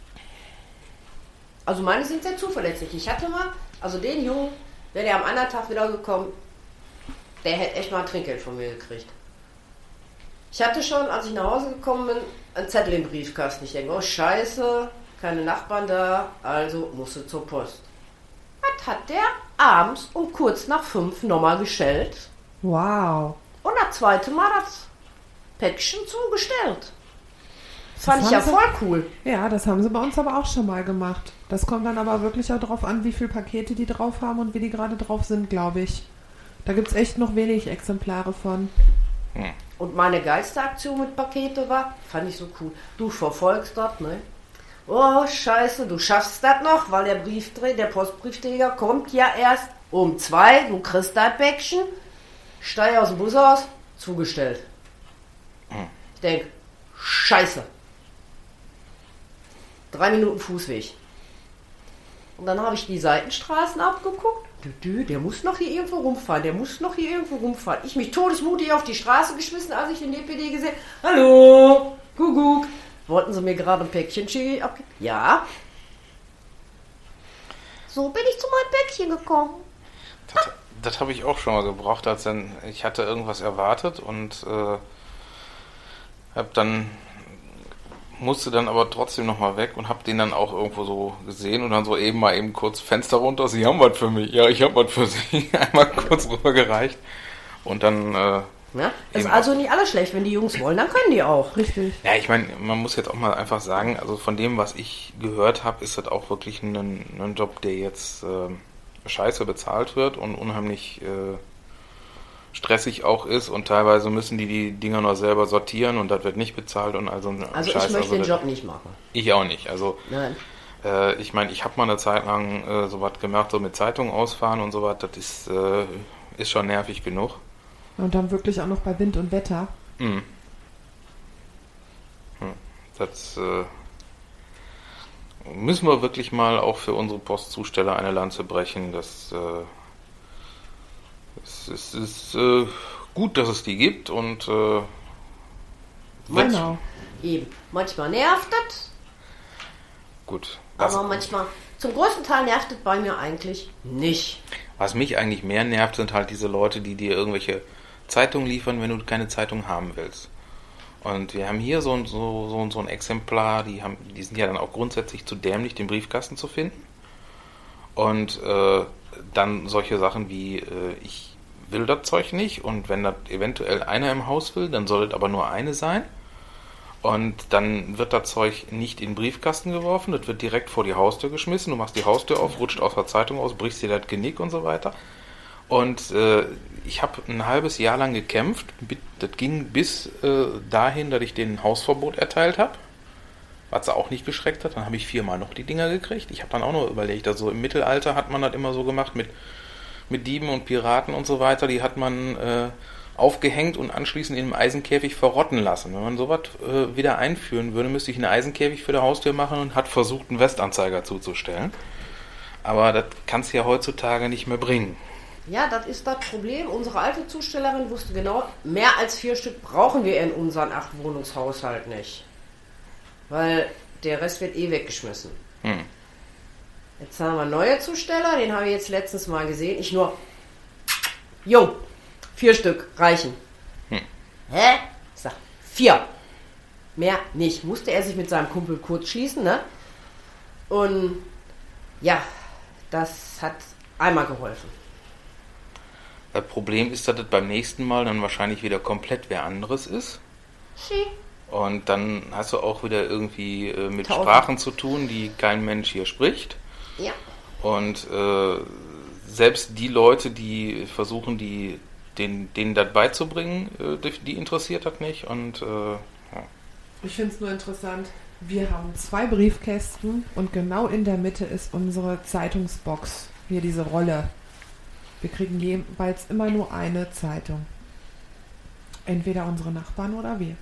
Also meine sind sehr zuverlässig. Ich hatte mal, also den Jungen, wäre der am anderen Tag wieder gekommen, der hätte echt mal ein Trinkgeld von mir gekriegt. Ich hatte schon, als ich nach Hause gekommen bin, einen Zettel im Briefkasten. Ich denke, oh scheiße, keine Nachbarn da, also musste zur Post. Was hat der abends um kurz nach 5 nochmal geschellt? Wow. Und das zweite Mal das Päckchen zugestellt. Das fand Das ich ja haben sie- voll cool. Ja, das haben sie bei uns aber auch schon mal gemacht. Das kommt dann aber wirklich auch drauf an, wie viele Pakete die drauf haben und wie die gerade drauf sind, glaube ich. Da gibt es echt noch wenig Exemplare von. Und meine geilste Aktion mit Pakete war, fand ich so cool, du verfolgst das, ne? Oh, scheiße, du schaffst das noch, weil der Postbriefträger kommt ja erst um 2, du kriegst dein Päckchen, steig aus dem Bus aus, zugestellt. Ich denk, scheiße. 3 Minuten Fußweg. Und dann habe ich die Seitenstraßen abgeguckt. Der muss noch hier irgendwo rumfahren, Ich mich todesmutig auf die Straße geschmissen, als ich den DPD gesehen habe. Hallo, Kuckuck. Wollten sie mir gerade ein Päckchen schicken? Ja. So bin ich zu meinem Päckchen gekommen. Das habe ich auch schon mal gebraucht, als dann ich hatte irgendwas erwartet und musste dann aber trotzdem nochmal weg und habe den dann auch irgendwo so gesehen und dann so eben kurz Fenster runter. Sie haben was für mich. Ja, ich habe was für Sie. Einmal kurz rübergereicht und dann. Ja, ist also nicht alles schlecht. Wenn die Jungs wollen, dann können die auch. Richtig. Ja, ich meine, man muss jetzt auch mal einfach sagen, also von dem, was ich gehört habe, ist das auch wirklich ein Job, der jetzt scheiße bezahlt wird und unheimlich stressig auch ist und teilweise müssen die Dinger noch selber sortieren und das wird nicht bezahlt und also Also Scheiß. ich möchte den Job nicht machen. Ich auch nicht. Also Nein. ich meine, ich habe mal eine Zeit lang so was gemacht, so mit Zeitungen ausfahren und so was, das ist schon nervig genug. Und dann wirklich auch noch bei Wind und Wetter. Mhm. Das müssen wir wirklich mal auch für unsere Postzusteller eine Lanze brechen. Es ist gut, dass es die gibt und Genau. Eben. Manchmal nervt das, gut. aber manchmal, zum größten Teil nervt es bei mir eigentlich nicht. Was mich eigentlich mehr nervt, sind halt diese Leute, die dir irgendwelche Zeitungen liefern, wenn du keine Zeitung haben willst. Und wir haben hier so ein Exemplar, die sind ja dann auch grundsätzlich zu dämlich, den Briefkasten zu finden. Und dann solche Sachen wie, ich will das Zeug nicht und wenn das eventuell einer im Haus will, dann soll es aber nur eine sein. Und dann wird das Zeug nicht in den Briefkasten geworfen, das wird direkt vor die Haustür geschmissen, du machst die Haustür auf, rutscht aus der Zeitung aus, brichst dir das Genick und so weiter. Und ich habe ein halbes Jahr lang gekämpft, das ging bis dahin, dass ich denen ein Hausverbot erteilt habe, was sie auch nicht geschreckt hat, dann habe ich 4-mal noch die Dinger gekriegt. Ich habe dann auch noch überlegt, also im Mittelalter hat man das immer so gemacht mit Dieben und Piraten und so weiter, die hat man aufgehängt und anschließend in einem Eisenkäfig verrotten lassen. Wenn man sowas wieder einführen würde, müsste ich einen Eisenkäfig für die Haustür machen und hat versucht, einen Westanzeiger zuzustellen. Aber das kannst du ja heutzutage nicht mehr bringen. Ja, das ist das Problem. Unsere alte Zustellerin wusste genau, mehr als 4 Stück brauchen wir in unseren 8-Wohnungshaushalt nicht. Weil der Rest wird eh weggeschmissen. Jetzt haben wir einen neuen Zusteller, den habe ich jetzt letztens mal gesehen. Ich nur, 4 Stück reichen. Hä? Ich sag, 4. Mehr nicht. Musste er sich mit seinem Kumpel kurz schließen, ne? Und ja, das hat einmal geholfen. Das Problem ist, dass das beim nächsten Mal dann wahrscheinlich wieder komplett wer anderes ist. Und dann hast du auch wieder irgendwie mit 1000. Sprachen zu tun, die kein Mensch hier spricht. Ja. Und selbst die Leute, die versuchen, denen das beizubringen, die interessiert das nicht. Und ja. Ich finde es nur interessant. Wir haben 2 Briefkästen und genau in der Mitte ist unsere Zeitungsbox. Hier diese Rolle. Wir kriegen jeweils immer nur eine Zeitung. Entweder unsere Nachbarn oder wir.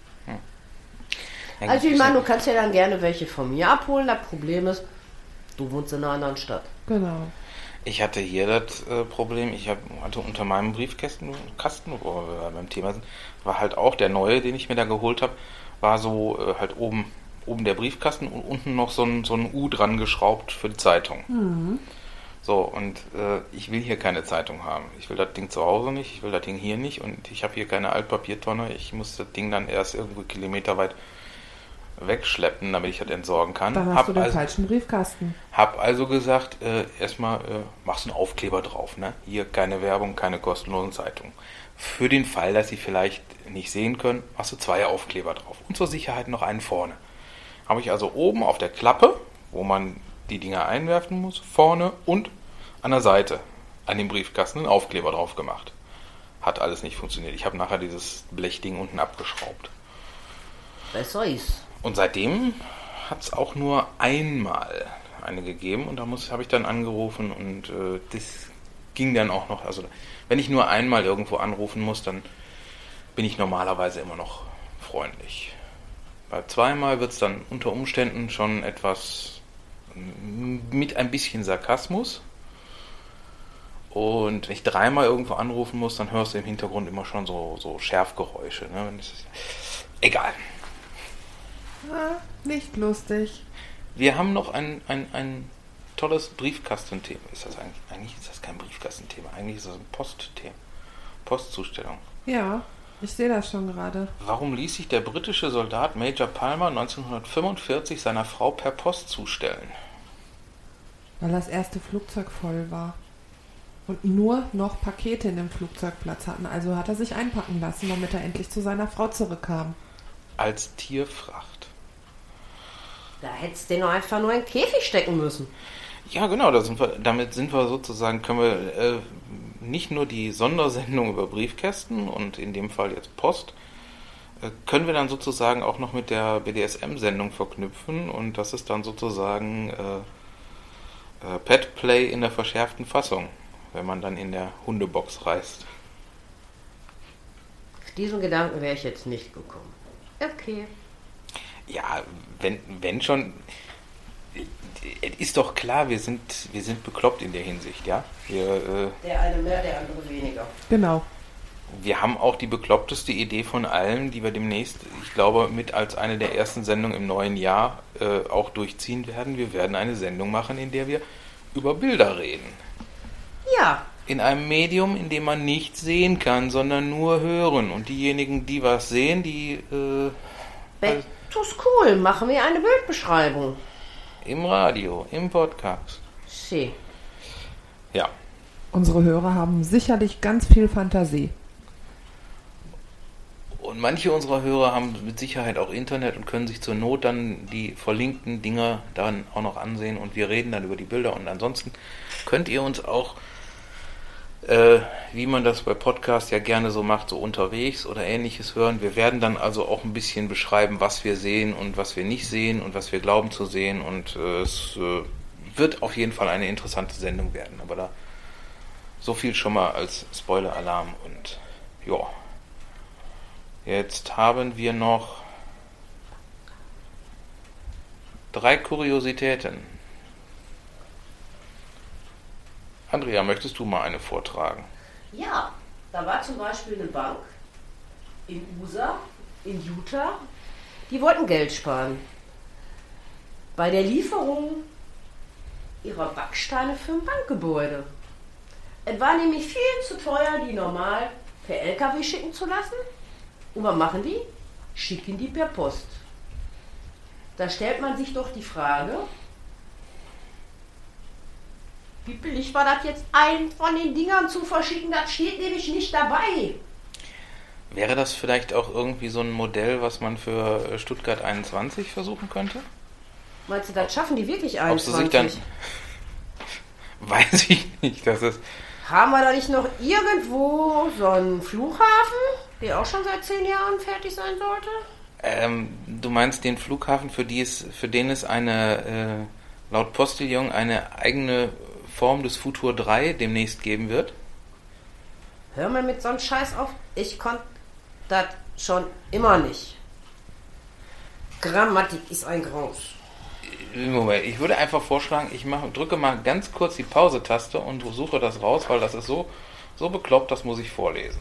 Also ich meine, du kannst ja dann gerne welche von mir abholen. Das Problem ist, du wohnst in einer anderen Stadt. Genau. Ich hatte hier das Problem, ich hatte unter meinem Briefkasten, wo wir beim Thema sind, war halt auch der neue, den ich mir da geholt habe, war so halt oben der Briefkasten und unten noch so ein U dran geschraubt für die Zeitung. So, und ich will hier keine Zeitung haben. Ich will das Ding zu Hause nicht, ich will das Ding hier nicht und ich habe hier keine Altpapiertonne. Ich muss das Ding dann erst irgendwo kilometerweit wegschleppen, damit ich das entsorgen kann. Dann hast du den falschen Briefkasten. Hab also gesagt, erstmal machst du einen Aufkleber drauf. Ne? Hier keine Werbung, keine kostenlosen Zeitungen. Für den Fall, dass sie vielleicht nicht sehen können, machst du 2 Aufkleber drauf. Und zur Sicherheit noch einen vorne. Habe ich also oben auf der Klappe, wo man die Dinger einwerfen muss, vorne und an der Seite an dem Briefkasten einen Aufkleber drauf gemacht. Hat alles nicht funktioniert. Ich habe nachher dieses Blechding unten abgeschraubt. Besser ist. Und seitdem hat es auch nur einmal eine gegeben und da habe ich dann angerufen und das ging dann auch noch. Also wenn ich nur einmal irgendwo anrufen muss, dann bin ich normalerweise immer noch freundlich. Bei 2-mal wird es dann unter Umständen schon etwas mit ein bisschen Sarkasmus. Und wenn ich 3-mal irgendwo anrufen muss, dann hörst du im Hintergrund immer schon so Schärfgeräusche. Ne? Egal. Nicht lustig. Wir haben noch ein tolles Briefkastenthema. Eigentlich ist das kein Briefkastenthema. Eigentlich ist das ein Postthema. Postzustellung. Ja, ich sehe das schon gerade. Warum ließ sich der britische Soldat Major Palmer 1945 seiner Frau per Post zustellen? Weil das erste Flugzeug voll war. Und nur noch Pakete in dem Flugzeugplatz hatten. Also hat er sich einpacken lassen, damit er endlich zu seiner Frau zurückkam. Als Tierfracht. Da hättest du den einfach nur in den Käfig stecken müssen. Ja, genau, damit sind wir sozusagen, können wir nicht nur die Sondersendung über Briefkästen und in dem Fall jetzt Post, können wir dann sozusagen auch noch mit der BDSM-Sendung verknüpfen und das ist dann sozusagen Pet Play in der verschärften Fassung, wenn man dann in der Hundebox reist. Auf diesen Gedanken wäre ich jetzt nicht gekommen. Okay. Ja, wenn schon, es ist doch klar, wir sind bekloppt in der Hinsicht, ja. Der eine mehr, der andere weniger. Genau. Wir haben auch die bekloppteste Idee von allen, die wir demnächst, ich glaube, mit als eine der ersten Sendungen im neuen Jahr auch durchziehen werden. Wir werden eine Sendung machen, in der wir über Bilder reden. Ja. In einem Medium, in dem man nichts sehen kann, sondern nur hören. Und diejenigen, die was sehen, die... Back to School, machen wir eine Bildbeschreibung. Im Radio, im Podcast. Sie. Ja. Unsere Hörer haben sicherlich ganz viel Fantasie. Und manche unserer Hörer haben mit Sicherheit auch Internet und können sich zur Not dann die verlinkten Dinger dann auch noch ansehen und wir reden dann über die Bilder. Und ansonsten könnt ihr uns auch, wie man das bei Podcasts ja gerne so macht, so unterwegs oder Ähnliches hören. Wir werden dann also auch ein bisschen beschreiben, was wir sehen und was wir nicht sehen und was wir glauben zu sehen. Und es wird auf jeden Fall eine interessante Sendung werden. Aber da so viel schon mal als Spoiler-Alarm und ja. Jetzt haben wir noch 3 Kuriositäten. Andrea, möchtest du mal eine vortragen? Ja, da war zum Beispiel eine Bank in USA, in Utah, die wollten Geld sparen. Bei der Lieferung ihrer Backsteine für ein Bankgebäude. Es war nämlich viel zu teuer, die normal per LKW schicken zu lassen. Und was machen die? Schicken die per Post. Da stellt man sich doch die Frage, wie billig war das jetzt, einen von den Dingern zu verschicken? Das steht nämlich nicht dabei. Wäre das vielleicht auch irgendwie so ein Modell, was man für Stuttgart 21 versuchen könnte? Meinst du, das schaffen die wirklich 21? Ob sie sich dann... Weiß ich nicht, das ist... Haben wir da nicht noch irgendwo so einen Flughafen, der auch schon seit 10 Jahren fertig sein sollte? Du meinst den Flughafen, für den es eine, laut Postillon, eine eigene Form des Futur 3 demnächst geben wird? Hör mal mit so einem Scheiß auf. Ich konnte das schon immer nicht. Grammatik ist ein Graus. Moment, ich würde einfach vorschlagen, drücke mal ganz kurz die Pause-Taste und suche das raus, weil das ist so bekloppt, das muss ich vorlesen.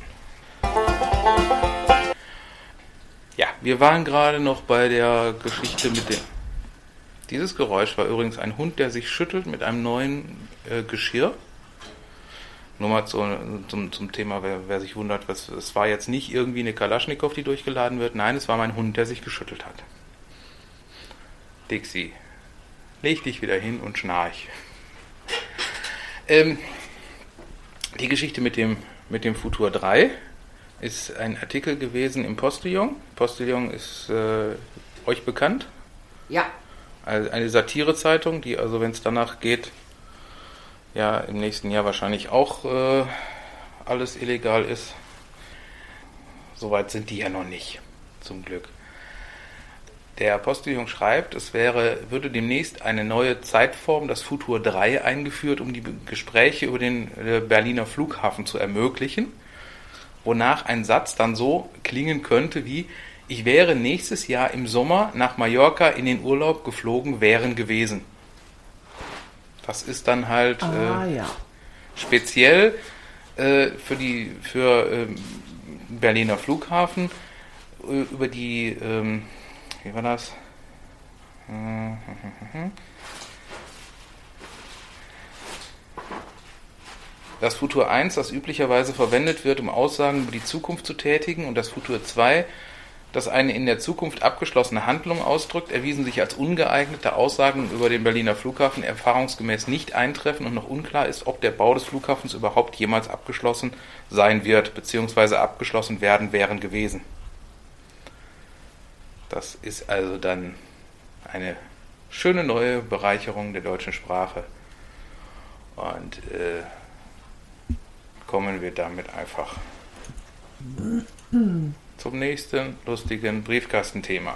Ja, wir waren gerade noch bei der Geschichte mit Dieses Geräusch war übrigens ein Hund, der sich schüttelt mit einem neuen Geschirr. Nur mal zum Thema, wer sich wundert, es war jetzt nicht irgendwie eine Kalaschnikow, die durchgeladen wird. Nein, es war mein Hund, der sich geschüttelt hat. Dixie, leg dich wieder hin und schnarch. Die Geschichte mit dem Futur 3 ist ein Artikel gewesen im Postillon. Postillon ist euch bekannt? Ja. Also eine Satirezeitung, die also, wenn es danach geht, ja im nächsten Jahr wahrscheinlich auch alles illegal ist. Soweit sind die ja noch nicht, zum Glück. Der Postillon schreibt, es würde demnächst eine neue Zeitform, das Futur 3, eingeführt, um die Gespräche über den Berliner Flughafen zu ermöglichen, wonach ein Satz dann so klingen könnte wie: Ich wäre nächstes Jahr im Sommer nach Mallorca in den Urlaub geflogen, wären gewesen. Das ist dann halt speziell für Berliner Flughafen über die wie war das? Das Futur 1, das üblicherweise verwendet wird, um Aussagen über die Zukunft zu tätigen, und das Futur 2, das eine in der Zukunft abgeschlossene Handlung ausdrückt, erwiesen sich als ungeeignet, da Aussagen über den Berliner Flughafen erfahrungsgemäß nicht eintreffen und noch unklar ist, ob der Bau des Flughafens überhaupt jemals abgeschlossen sein wird, beziehungsweise abgeschlossen wären gewesen. Das ist also dann eine schöne neue Bereicherung der deutschen Sprache. Und kommen wir damit einfach zum nächsten lustigen Briefkastenthema.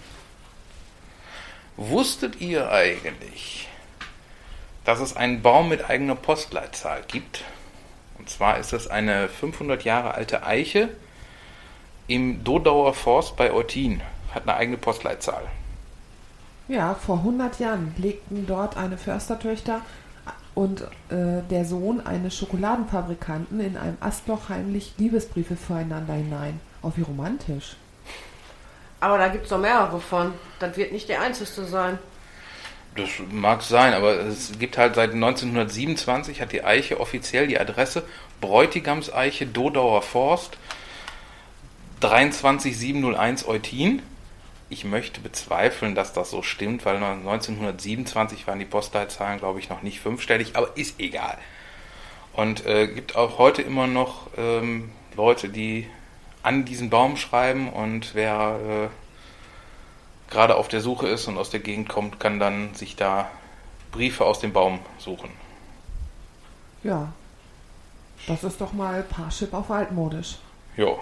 Wusstet ihr eigentlich, dass es einen Baum mit eigener Postleitzahl gibt? Und zwar ist das eine 500 Jahre alte Eiche im Dodauer Forst bei Eutin. Hat eine eigene Postleitzahl. Ja, vor 100 Jahren legten dort eine Förstertöchter und der Sohn eines Schokoladenfabrikanten in einem Astloch heimlich Liebesbriefe füreinander hinein. Oh, wie romantisch. Aber da gibt es doch mehrere von. Das wird nicht der einzigste sein. Das mag sein, aber es gibt halt seit 1927 hat die Eiche offiziell die Adresse Bräutigamseiche Dodauer Forst 23701 Eutin. Ich möchte bezweifeln, dass das so stimmt, weil 1927 waren die Postleitzahlen, glaube ich, noch nicht fünfstellig, aber ist egal. Und gibt auch heute immer noch Leute, die an diesen Baum schreiben, und wer gerade auf der Suche ist und aus der Gegend kommt, kann dann sich da Briefe aus dem Baum suchen. Ja, das ist doch mal Parship auf altmodisch. Jo.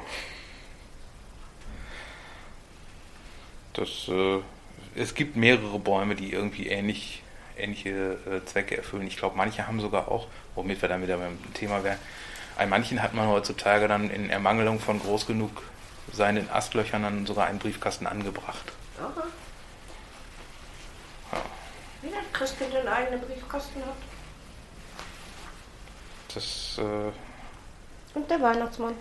Es gibt mehrere Bäume, die irgendwie ähnliche Zwecke erfüllen. Ich glaube, manche haben sogar auch, womit wir dann wieder beim Thema wären, an manchen hat man heutzutage dann in Ermangelung von groß genug seinen Astlöchern dann sogar einen Briefkasten angebracht. Aha. Ja. Wie das Christkind einen eigenen Briefkasten hat. Das, Und der Weihnachtsmann.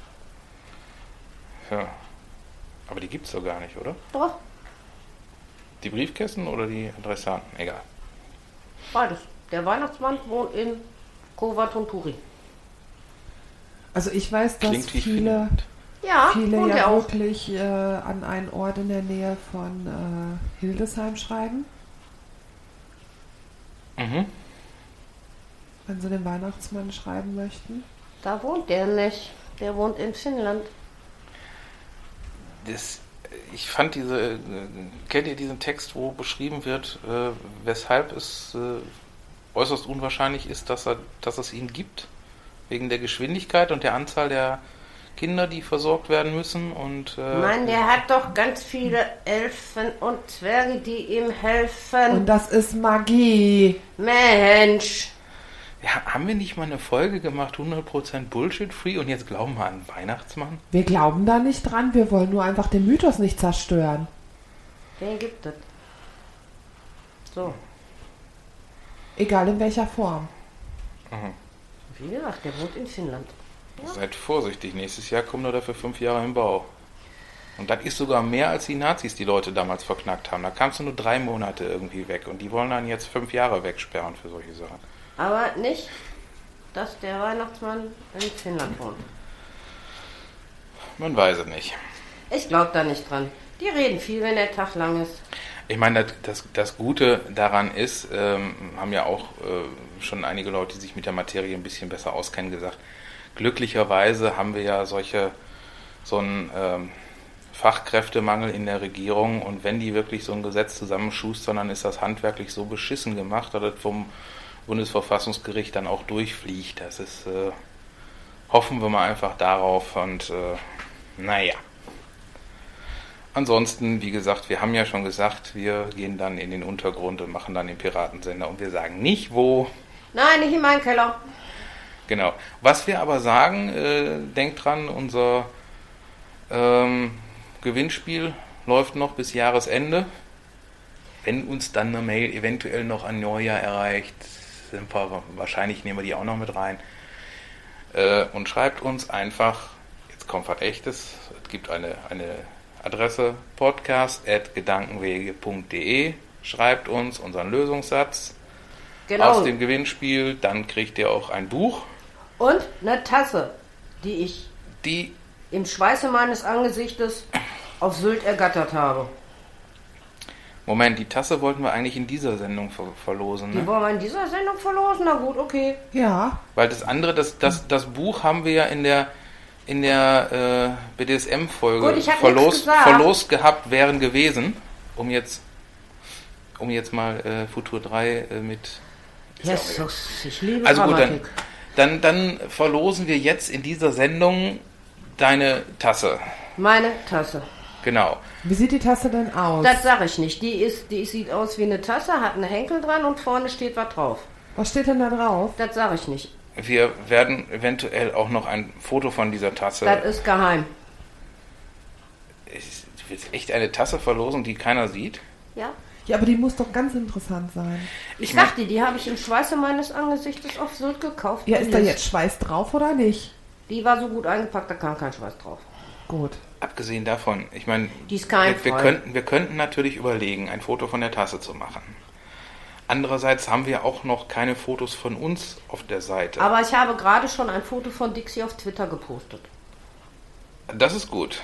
ja. Aber die gibt's doch gar nicht, oder? Doch, Die Briefkästen oder die Adressaten? Egal. beides. Der Weihnachtsmann wohnt in Kovat-Turin. Also ich weiß, dass Klingt wie viele Ja, wohnt ja er auch. wirklich an einen Ort in der Nähe von Hildesheim schreiben, Mhm. wenn sie den Weihnachtsmann schreiben möchten. Da wohnt der nicht. Der wohnt in Finnland. Ich fand kennt ihr diesen Text, wo beschrieben wird, weshalb es äußerst unwahrscheinlich ist, dass es ihn gibt? Wegen der Geschwindigkeit und der Anzahl der Kinder, die versorgt werden müssen. Und Mann, der hat doch ganz viele Elfen und Zwerge, die ihm helfen. Und das ist Magie. Mensch. ja, haben wir nicht mal eine Folge gemacht, 100% Bullshit-free, und jetzt glauben wir an Weihnachtsmann? Wir glauben da nicht dran, wir wollen nur einfach den Mythos nicht zerstören. Den gibt es. So. Egal in welcher Form. Mhm. Wie gesagt, der wohnt in Finnland. Seid vorsichtig, nächstes Jahr kommt er dafür 5 Jahre im Bau. Und das ist sogar mehr als die Nazis, die Leute damals verknackt haben. Da kamst du nur 3 Monate irgendwie weg. Und die wollen dann jetzt 5 Jahre wegsperren für solche Sachen. Aber nicht, dass der Weihnachtsmann in Finnland wohnt. Man weiß es nicht. Ich glaube da nicht dran. Die reden viel, wenn der Tag lang ist. Ich meine, das Gute daran ist, haben ja auch schon einige Leute, die sich mit der Materie ein bisschen besser auskennen, gesagt, glücklicherweise haben wir ja so einen Fachkräftemangel in der Regierung, und wenn die wirklich so ein Gesetz zusammenschustern, dann ist das handwerklich so beschissen gemacht, dass das vom Bundesverfassungsgericht dann auch durchfliegt. Das ist, hoffen wir mal einfach darauf, und naja. Ansonsten, wie gesagt, wir haben ja schon gesagt, wir gehen dann in den Untergrund und machen dann den Piratensender, und wir sagen nicht wo. Nein, nicht in meinen Keller. Genau. Was wir aber sagen, denkt dran, unser Gewinnspiel läuft noch bis Jahresende. Wenn uns dann eine Mail eventuell noch an Neujahr erreicht, wahrscheinlich nehmen wir die auch noch mit rein, und schreibt uns einfach, jetzt kommt was Echtes, es gibt eine Adresse podcast@gedankenwege.de, schreibt uns unseren Lösungssatz aus dem Gewinnspiel, dann kriegt ihr auch ein Buch. Und eine Tasse, die im Schweiße meines Angesichtes auf Sylt ergattert habe. Moment, die Tasse wollten wir eigentlich in dieser Sendung verlosen, ne? Die wollen wir in dieser Sendung verlosen? Na gut, okay. Ja. Weil das andere, das Buch haben wir ja in der BDSM-Folge verlost gehabt, wären gewesen, um jetzt mal Futur 3 mit... Jesus, ich liebe also Grammatik. Gut, dann verlosen wir jetzt in dieser Sendung deine Tasse. Meine Tasse. Genau. Wie sieht die Tasse denn aus? Das sage ich nicht. Die sieht aus wie eine Tasse, hat einen Henkel dran und vorne steht was drauf. Was steht denn da drauf? Das sage ich nicht. Wir werden eventuell auch noch ein Foto von dieser Tasse... Das ist geheim. Du willst echt eine Tasse verlosen, die keiner sieht? Ja. Ja, aber die muss doch ganz interessant sein. Ich sag dir, die habe ich im Schweiße meines Angesichtes auf Sylt gekauft. Ja, ist da jetzt Schweiß drauf oder nicht? Die war so gut eingepackt, da kam kein Schweiß drauf. Gut. Abgesehen davon, ich meine, die ist wir könnten natürlich überlegen, ein Foto von der Tasse zu machen. Andererseits haben wir auch noch keine Fotos von uns auf der Seite. Aber ich habe gerade schon ein Foto von Dixie auf Twitter gepostet. Das ist gut.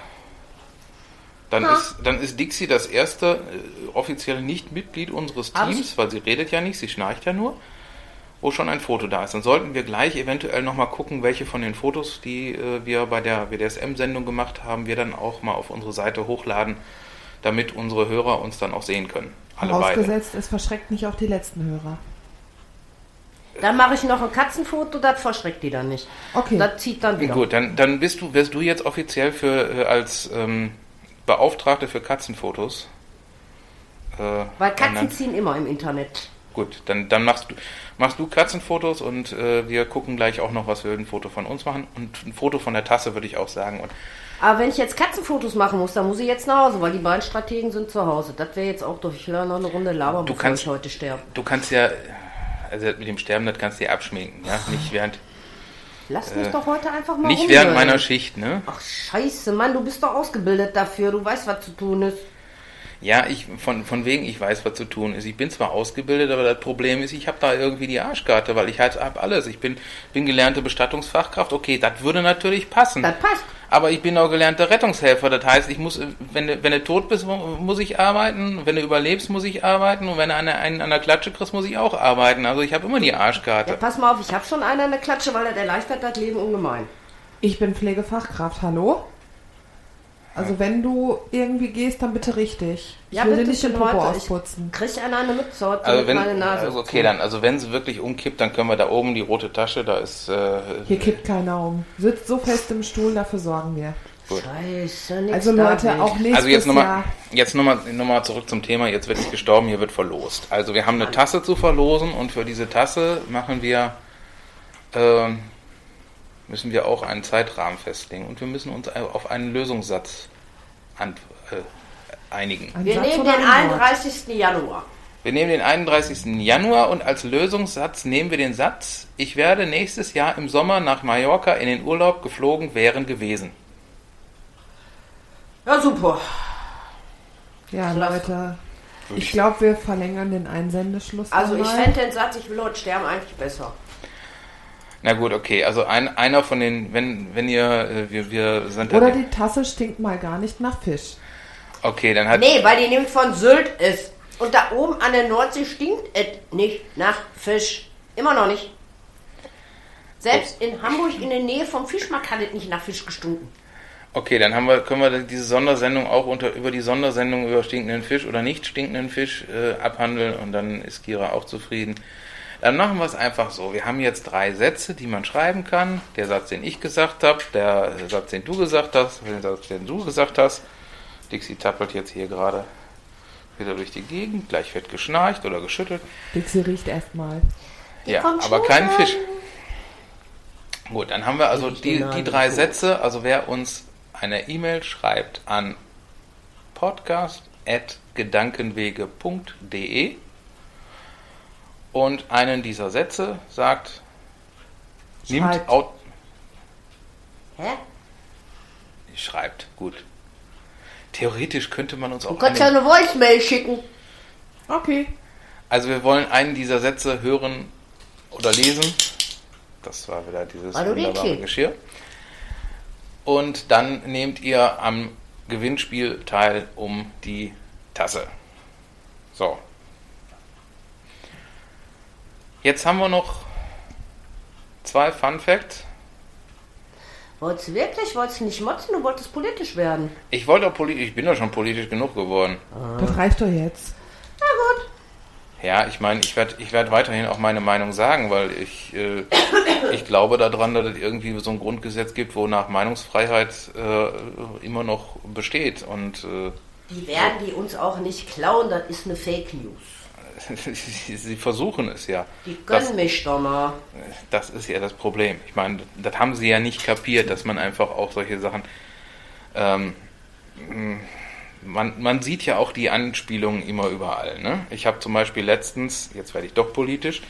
Dann ist Dixie das erste offizielle Nicht-Mitglied unseres Teams, weil sie redet ja nicht, sie schnarcht ja nur, wo schon ein Foto da ist. Dann sollten wir gleich eventuell nochmal gucken, welche von den Fotos, die wir bei der BDSM-Sendung gemacht haben, wir dann auch mal auf unsere Seite hochladen, damit unsere Hörer uns dann auch sehen können. Alle Vorausgesetzt, es verschreckt nicht auch die letzten Hörer. Dann mache ich noch ein Katzenfoto, das verschreckt die dann nicht. Okay. Das zieht dann wieder. Gut, dann wirst du jetzt offiziell als Beauftragte für Katzenfotos. Weil Katzen ziehen immer im Internet. Gut, dann machst du Katzenfotos, und wir gucken gleich auch noch, was wir ein Foto von uns machen. Und ein Foto von der Tasse würde ich auch sagen. Aber wenn ich jetzt Katzenfotos machen muss, dann muss ich jetzt nach Hause, weil die beiden Strategen sind zu Hause. Das wäre jetzt auch durch. Ich will noch eine Runde labern, bevor ich heute sterbe. Du kannst ja, also mit dem Sterben, das kannst du ja abschminken, ja? Nicht während... Lass mich doch heute einfach mal nicht während meiner Schicht, ne? Ach scheiße, Mann, du bist doch ausgebildet dafür. Du weißt, was zu tun ist. Ja, von wegen, ich weiß, was zu tun ist. Ich bin zwar ausgebildet, aber das Problem ist, ich habe da irgendwie die Arschkarte, weil ich halt hab alles. Ich bin gelernte Bestattungsfachkraft. Okay, das würde natürlich passen. Das passt. Aber ich bin auch gelernter Rettungshelfer. Das heißt, ich muss, wenn du tot bist, muss ich arbeiten. Wenn du überlebst, muss ich arbeiten. Und wenn du einen an der Klatsche kriegst, muss ich auch arbeiten. Also ich habe immer die Arschkarte. Ja, pass mal auf, ich habe schon einen an der Klatsche, weil das erleichtert das Leben ungemein. Ich bin Pflegefachkraft, hallo? Also wenn du irgendwie gehst, dann bitte richtig. Ich will dir nicht den Popo ausputzen. Krieg eine Mütze heute also mit meiner Nase. Also okay, also wenn sie wirklich umkippt, dann können wir da oben die rote Tasche, da ist... Hier kippt keiner um. Sitzt so fest im Stuhl, dafür sorgen wir. Gut. Scheiße, nichts also Leute, auch nächstes Jahr... Jetzt nochmal zurück zum Thema, jetzt wird es gestorben, hier wird verlost. Also wir haben eine Tasse zu verlosen, und für diese Tasse müssen wir auch einen Zeitrahmen festlegen, und wir müssen uns auf einen Lösungssatz einigen. Wir nehmen den 31. Januar. Wir nehmen den 31. Januar, und als Lösungssatz nehmen wir den Satz: Ich werde nächstes Jahr im Sommer nach Mallorca in den Urlaub geflogen wären gewesen. Ja, super. Ja, Klasse. Leute, ich glaube, wir verlängern den Einsendeschluss. Also ich nochmal. fände den Satz, ich will heute sterben, eigentlich besser. Na gut, okay. Also einer von den, wenn ihr, wir sind Oder dann, die Tasse stinkt mal gar nicht nach Fisch. okay, dann hat, Nee, weil die nämlich von Sylt ist. Und da oben an der Nordsee stinkt es nicht nach Fisch. Immer noch nicht. Selbst in Hamburg in der Nähe vom Fischmarkt hat es nicht nach Fisch gestunken. okay, dann können wir diese Sondersendung auch über die Sondersendung über stinkenden Fisch oder nicht stinkenden Fisch abhandeln und dann ist Kira auch zufrieden. Dann machen wir es einfach so. Wir haben jetzt 3 Sätze, die man schreiben kann. Der Satz, den ich gesagt habe, der Satz, den du gesagt hast, der Satz, den du gesagt hast. Dixie tappelt jetzt hier gerade wieder durch die Gegend. Gleich wird geschnarcht oder geschüttelt. Dixie riecht erstmal. Ja, kommt aber schon keinen an. Fisch. Gut, dann haben wir also Ich die den 3 Namen. Sätze. Also wer uns eine E-Mail schreibt an podcast@gedankenwege.de und einen dieser Sätze sagt, Schreibt. Hä? Schreibt, gut. Theoretisch könnte man uns Du auch kannst ja eine Voicemail schicken. Okay. also wir wollen einen dieser Sätze hören oder lesen. Das war wieder dieses Hallo, wunderbare Dixie. Geschirr. Und dann nehmt ihr am Gewinnspiel teil um die Tasse. So. Jetzt haben wir noch 2 Fun Facts. Wolltest du wirklich? Wolltest du nicht motzen? Du wolltest politisch werden. Ich bin doch schon politisch genug geworden. Das reicht doch jetzt. Na gut. Ja, ich meine, ich werd weiterhin auch meine Meinung sagen, weil ich glaube daran, dass es irgendwie so ein Grundgesetz gibt, wonach Meinungsfreiheit immer noch besteht. Und Die werden die uns auch nicht klauen, das ist eine Fake News. sie versuchen es ja. Die gönnen mich doch mal. Das ist ja das Problem. Ich meine, das haben sie ja nicht kapiert, dass man einfach auch solche Sachen... Man sieht ja auch die Anspielungen immer überall. Ne? Ich habe zum Beispiel letztens, jetzt werde ich doch politisch,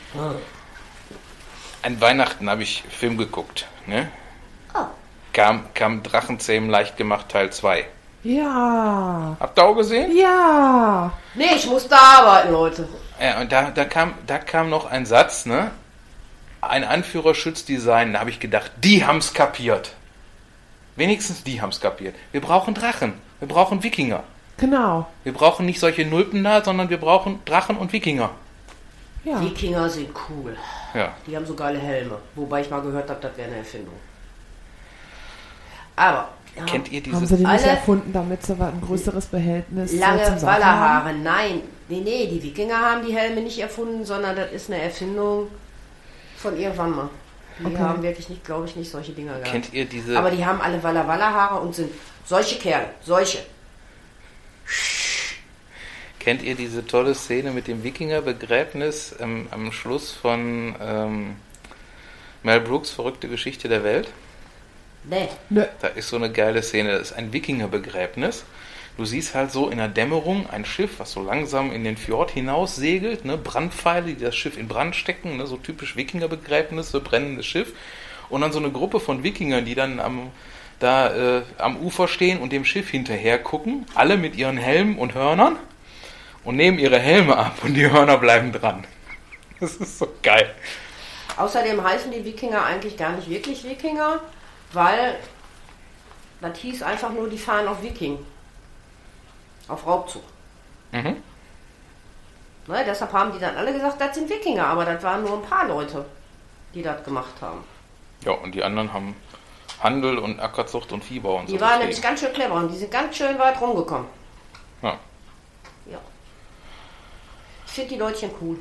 an Weihnachten habe ich Film geguckt. Ne? Oh. Kam Drachenzähmen leicht gemacht Teil 2. Ja. Habt ihr auch gesehen? Ja. Nee, ich muss da arbeiten, Leute. Ja, und da kam noch ein Satz, ne? Ein Anführer schützt die Seinen. Da habe ich gedacht, die haben's kapiert. Wenigstens die haben's kapiert. Wir brauchen Drachen. Wir brauchen Wikinger. Genau. Wir brauchen nicht solche Nulpen da, sondern wir brauchen Drachen und Wikinger. Ja. Wikinger sind cool. Ja. Die haben so geile Helme. Wobei ich mal gehört habe, das wäre eine Erfindung. Aber ja, Kennt ihr Haben dieses... sie die nicht Alle- erfunden, damit sie ein größeres Behältnis lange zum Saugen Wallerhaare. haben? Nein, nee, die Wikinger haben die Helme nicht erfunden, sondern das ist eine Erfindung von irgendwann mal. Die Okay. haben wirklich nicht, glaube ich, nicht solche Dinger gehabt. Kennt ihr diese... Aber die haben alle Wallerhaare und sind solche Kerle. Solche. Kennt ihr diese tolle Szene mit dem Wikingerbegräbnis am Schluss von Mel Brooks Verrückte Geschichte der Welt? Nee. Nö. Da ist so eine geile Szene, das ist ein Wikingerbegräbnis. Du siehst halt so in der Dämmerung ein Schiff, was so langsam in den Fjord hinaus segelt, ne? Brandpfeile, die das Schiff in Brand stecken, ne? So typisch Wikingerbegräbnisse, brennendes Schiff. Und dann so eine Gruppe von Wikingern, die dann am Ufer stehen und dem Schiff hinterher gucken, alle mit ihren Helmen und Hörnern und nehmen ihre Helme ab und die Hörner bleiben dran. Das ist so geil. Außerdem heißen die Wikinger eigentlich gar nicht wirklich Wikinger, weil das hieß einfach nur, die fahren auf Viking. Auf Raubzug. Mhm. Ne, deshalb haben die dann alle gesagt, das sind Wikinger, aber das waren nur ein paar Leute, die das gemacht haben. Ja, und die anderen haben Handel und Ackerzucht und Viehbau und so. Die waren betrieben. nämlich ganz schön clever und die sind ganz schön weit rumgekommen. Ja. Ja. Ich finde die Leutchen cool.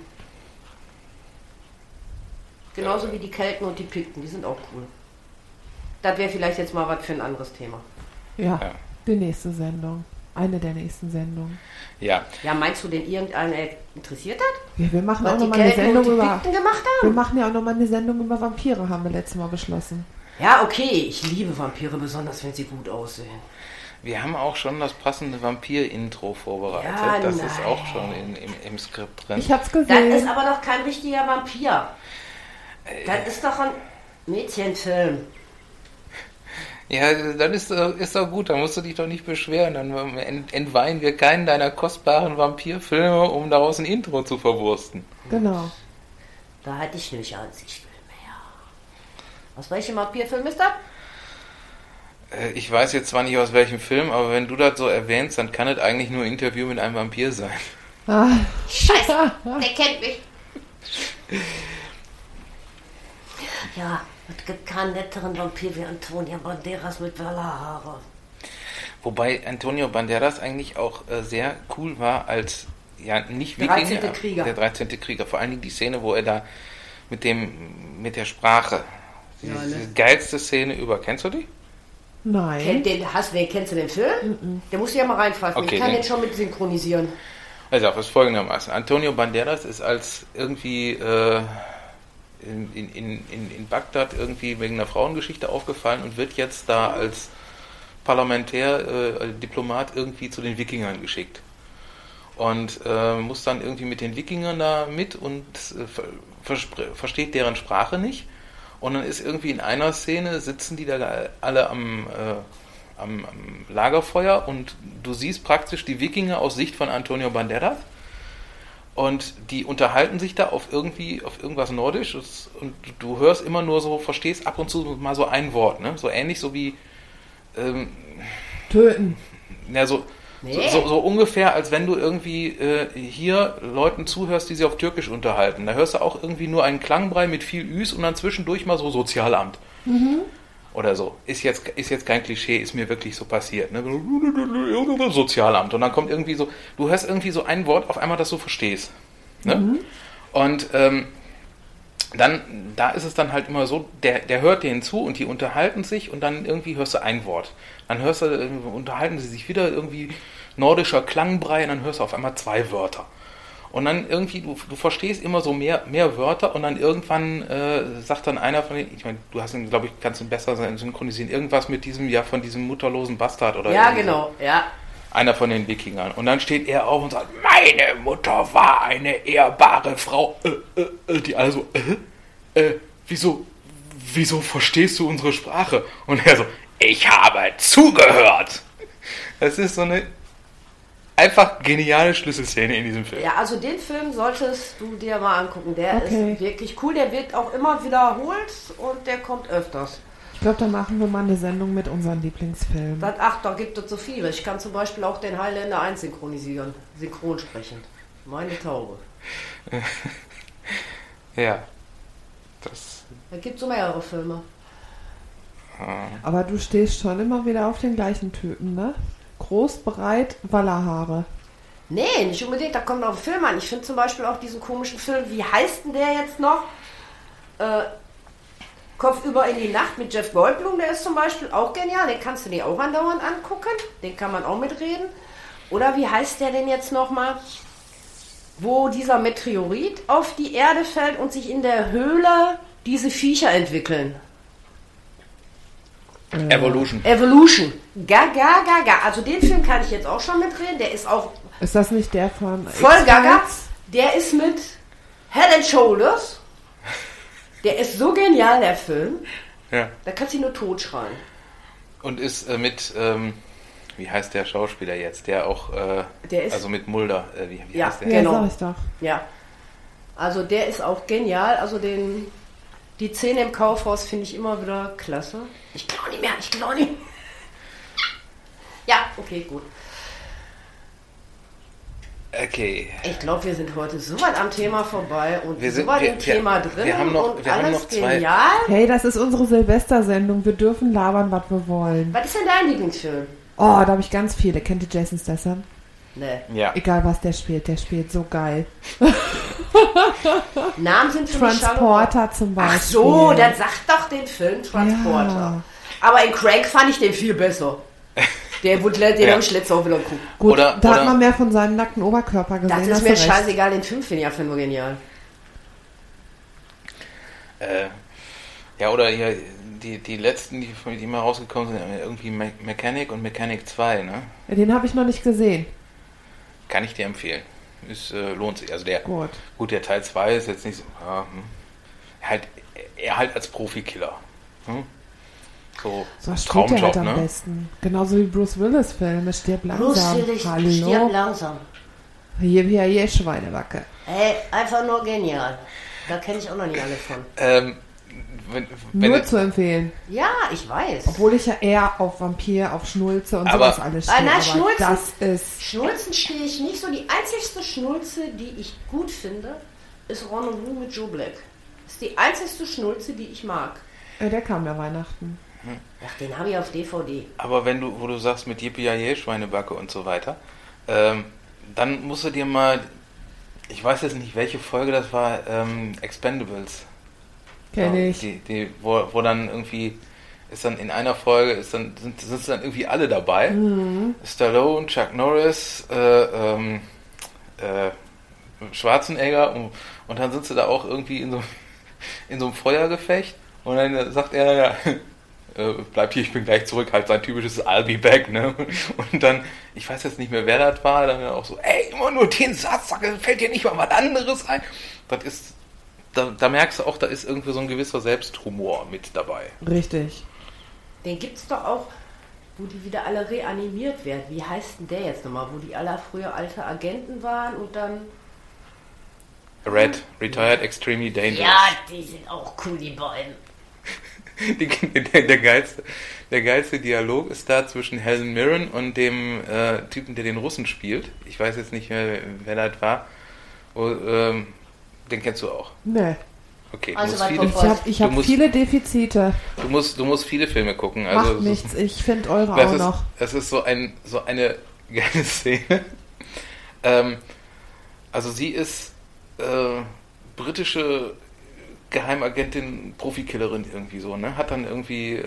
Genauso wie die Kelten und die Pikten, die sind auch cool. Das wäre vielleicht jetzt mal was für ein anderes Thema. Ja, Ja. die nächste Sendung. Eine der nächsten Sendungen. Ja, Ja, meinst du denn irgendeiner interessiert das? Ja, wir machen auch Was die nochmal eine Kelten und Sendung die über. Pikten gemacht Wir haben? machen ja auch nochmal eine Sendung über Vampire, haben wir letztes Mal beschlossen. Ja, okay, ich liebe Vampire, besonders wenn sie gut aussehen. wir haben auch schon das passende Vampir-Intro vorbereitet. Ja, das ist nein. auch schon im Skript drin. Ich hab's Das ist gesehen. aber doch kein richtiger Vampir. Das ist doch ein Mädchenfilm. Ja, dann ist doch gut, dann musst du dich doch nicht beschweren. Dann entweihen wir keinen deiner kostbaren Vampirfilme, um daraus ein Intro zu verwursten. Genau. Da hatte ich nämlich Ansichtsfilme, ja. Aus welchem Vampirfilm ist das? Ich weiß jetzt zwar nicht aus welchem Film, aber wenn du das so erwähnst, dann kann es eigentlich nur Interview mit einem Vampir sein. Ah, Scheiße, der kennt mich. Ja, es gibt keinen netteren Vampir wie Antonio Banderas mit Wallerhaare. Wobei Antonio Banderas eigentlich auch sehr cool war als, ja, nicht Wikinger, 13. Krieger. Der 13. Krieger. Vor allen Dingen die Szene, wo er da mit der Sprache, Ja, die ne? geilste Szene über, kennst du die? nein. Kennst du den Film? Der musst du ja mal reinpfeifen. Okay, ich kann dann- den schon mit synchronisieren. Also auf ist folgendermaßen. Antonio Banderas ist als irgendwie in Bagdad irgendwie wegen einer Frauengeschichte aufgefallen und wird jetzt da als Diplomat irgendwie zu den Wikingern geschickt. Und muss dann irgendwie mit den Wikingern da mit und versteht deren Sprache nicht. Und dann ist irgendwie in einer Szene, sitzen die da alle am Lagerfeuer und du siehst praktisch die Wikinger aus Sicht von Antonio Banderas und die unterhalten sich da auf irgendwas Nordisches und du hörst immer nur so, verstehst ab und zu mal so ein Wort, ne? So ähnlich so wie Töten. ja, so ungefähr, als wenn du irgendwie hier Leuten zuhörst, die sich auf Türkisch unterhalten. Da hörst du auch irgendwie nur einen Klangbrei mit viel Üs und dann zwischendurch mal so Sozialamt. Oder so. Ist jetzt kein Klischee, ist mir wirklich so passiert. Ne? Sozialamt. Und dann kommt irgendwie so, du hörst irgendwie so ein Wort auf einmal, das du verstehst. Ne? Und da ist es dann halt immer so, der hört denen zu und die unterhalten sich und dann irgendwie hörst du ein Wort. Dann unterhalten sie sich wieder irgendwie nordischer Klangbrei und dann hörst du auf einmal 2 Wörter. Und dann irgendwie, du verstehst immer so mehr Wörter und dann irgendwann sagt dann einer von denen, ich meine, du hast ihn, glaube ich, kannst ihn besser synchronisieren, irgendwas mit von diesem mutterlosen Bastard oder Ja, irgendwie so. genau, ja. Einer von den Wikingern. Und dann steht er auf und sagt, meine Mutter war eine ehrbare Frau. Die alle so, wieso verstehst du unsere Sprache? Und er so, ich habe zugehört. Das ist so eine einfach geniale Schlüsselszene in diesem Film. Ja, also den Film solltest du dir mal angucken. Der Okay. ist wirklich cool. Der wird auch immer wiederholt und der kommt öfters. Ich glaube, da machen wir mal eine Sendung mit unseren Lieblingsfilmen. Da gibt es so viele. Ich kann zum Beispiel auch den Highlander 1 synchronisieren. Synchronsprechend. Meine Taube. Ja. Da gibt es so mehrere Filme. Aber du stehst schon immer wieder auf den gleichen Typen, ne? Groß, breit, Wallerhaare. Nee, nicht unbedingt. Da kommt noch ein Film an. Ich finde zum Beispiel auch diesen komischen Film, wie heißt denn der jetzt noch? Kopfüber in die Nacht mit Jeff Goldblum, der ist zum Beispiel auch genial. Den kannst du dir auch andauernd angucken. Den kann man auch mitreden. Oder wie heißt der denn jetzt nochmal? Wo dieser Meteorit auf die Erde fällt und sich in der Höhle diese Viecher entwickeln. Evolution. Gaga. Also den Film kann ich jetzt auch schon mitreden. Der ist auch Ist das nicht der von voll X-Files? gaga. Der ist mit Head and Shoulders. Der ist so genial, der Film. Ja. Da kannst du ihn nur totschreien. Und ist mit, wie heißt der Schauspieler jetzt? Der auch, Der ist- also mit Mulder, wie Ja. heißt der? Ja, Genau. sag ich doch. Ja. Also der ist auch genial. Also die Szene im Kaufhaus finde ich immer wieder klasse. Ich klau nicht mehr. Ja, okay, gut. Okay. Ich glaube, wir sind heute so weit am Thema vorbei und Wir so sind- weit wir- im Thema drin wir haben noch- und wir haben alles noch zwei- genial. Hey, das ist unsere Silvestersendung. Wir dürfen labern, was wir wollen. Was ist denn dein Lieblingsfilm? Oh, da habe ich ganz viele. Kennt ihr Jason Statham? Nee. Ja. Egal, was der spielt so geil. Namen sind für mich Transporter zum Beispiel. Ach so, dann sag doch den Film Transporter. Ja. Aber in Crank fand ich den viel besser. Den Ja. habe ich letztes auch wieder geguckt. Gut, Oder- da oder- hat man mehr von seinem nackten Oberkörper gesehen. Das ist hast mir du recht. scheißegal, den Film finde ich einfach nur genial. Ja, oder hier, die letzten, die mal rausgekommen sind, irgendwie Mechanic und Mechanic 2, ne? Ja, den habe ich noch nicht gesehen. Kann ich dir empfehlen. Lohnt sich. Also Gut. der Teil 2 ist jetzt nicht so, er halt als Profikiller. So So steht der halt am ne? besten. Genauso wie Bruce Willis Filme. Stirb langsam. Bruce Willis Hallo. stirbt langsam. Hier, Schweinebacke. Ey, einfach nur genial. Da kenne ich auch noch nicht alle von. Wenn Nur zu empfehlen. Ja, ich weiß. Obwohl ich ja eher auf Vampir, auf Schnulze und Aber- sowas alles stehe. Nein, aber Schnulzen. das ist... Schnulzen stehe ich nicht so. Die einzigste Schnulze, die ich gut finde, ist Rendezvous mit Joe Black. Das ist die einzigste Schnulze, die ich mag. Der kam ja Weihnachten. Ach, den habe ich auf DVD. Aber wo du sagst mit Yippie Schweinebacke und so weiter, dann musst du dir mal, ich weiß jetzt nicht, welche Folge das war, Expendables. Kenn ich. Wo dann irgendwie ist dann in einer Folge sind dann irgendwie alle dabei. Stallone, Chuck Norris, Schwarzenegger und dann sind sie da auch irgendwie in so einem Feuergefecht und dann sagt er, ja, bleib hier, ich bin gleich zurück, halt sein typisches I'll be back, ne? Und dann, ich weiß jetzt nicht mehr, wer das war, dann auch so, ey, immer nur den Satz, fällt dir nicht mal was anderes ein? Das ist, da merkst du auch, da ist irgendwie so ein gewisser Selbsthumor mit dabei. Richtig. Den gibt's doch auch, wo die wieder alle reanimiert werden. Wie heißt denn der jetzt nochmal? Wo die alle früher alte Agenten waren und dann... Retired Extremely Dangerous. Ja, die sind auch cool, die beiden. Der geilste Dialog ist da zwischen Helen Mirren und dem Typen, der den Russen spielt. Ich weiß jetzt nicht mehr, wer das war. Den kennst du auch. Nee. Okay, Also du musst Ich hab viele Defizite. du musst viele Filme gucken. Macht Also, nichts, ich finde eure auch noch. Das ist so eine geile Szene. Also sie ist britische Geheimagentin, Profikillerin irgendwie so, ne? Hat dann irgendwie,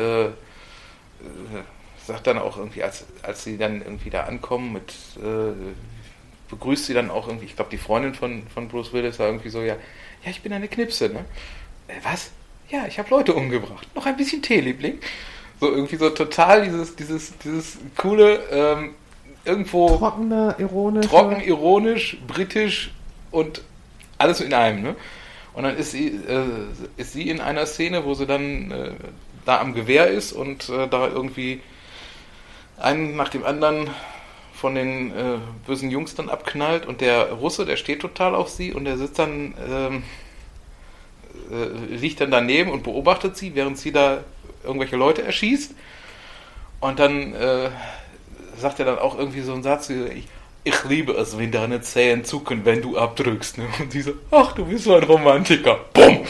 sagt dann auch irgendwie, als sie dann irgendwie da ankommen begrüßt sie dann auch irgendwie, ich glaube die Freundin von Bruce Willis war irgendwie so, ja, ich bin eine Knipse, ne? Was? Ja, ich habe Leute umgebracht. Noch ein bisschen Tee, Liebling. So irgendwie so total dieses coole, irgendwo Trocken, ironisch, britisch und alles in einem, ne? Und dann ist sie in einer Szene, wo sie dann da am Gewehr ist und da irgendwie einen nach dem anderen von den bösen Jungs dann abknallt und der Russe, der steht total auf sie und der sitzt dann, liegt dann daneben und beobachtet sie, während sie da irgendwelche Leute erschießt. Und dann sagt er dann auch irgendwie so einen Satz, ich liebe es, wenn deine Zähne zucken, wenn du abdrückst. Ne? Und sie so, ach, du bist so ein Romantiker. Bumm!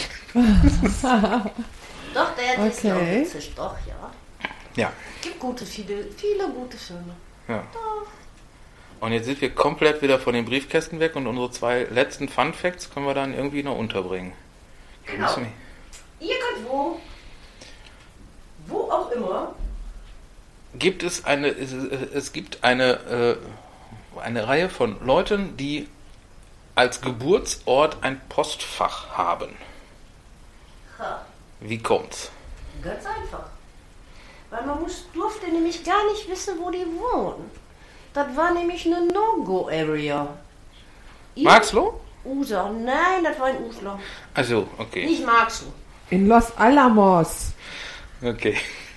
Doch, der ist Okay. auch witzig, doch, ja. Ja. Gibt viele gute Filme. Ja. Und jetzt sind wir komplett wieder von den Briefkästen weg und unsere 2 letzten Fun Facts können wir dann irgendwie noch unterbringen. Genau. Irgendwo, wo auch immer, Es gibt eine Reihe von Leuten, die als Geburtsort ein Postfach haben. Wie kommt's? ganz einfach. Weil man durfte nämlich gar nicht wissen, wo die wohnen. Das war nämlich eine No-Go-Area. Marxloh? Usa. Nein, das war in Uslar. Also, okay. Nicht Marxloh. In Los Alamos. Okay.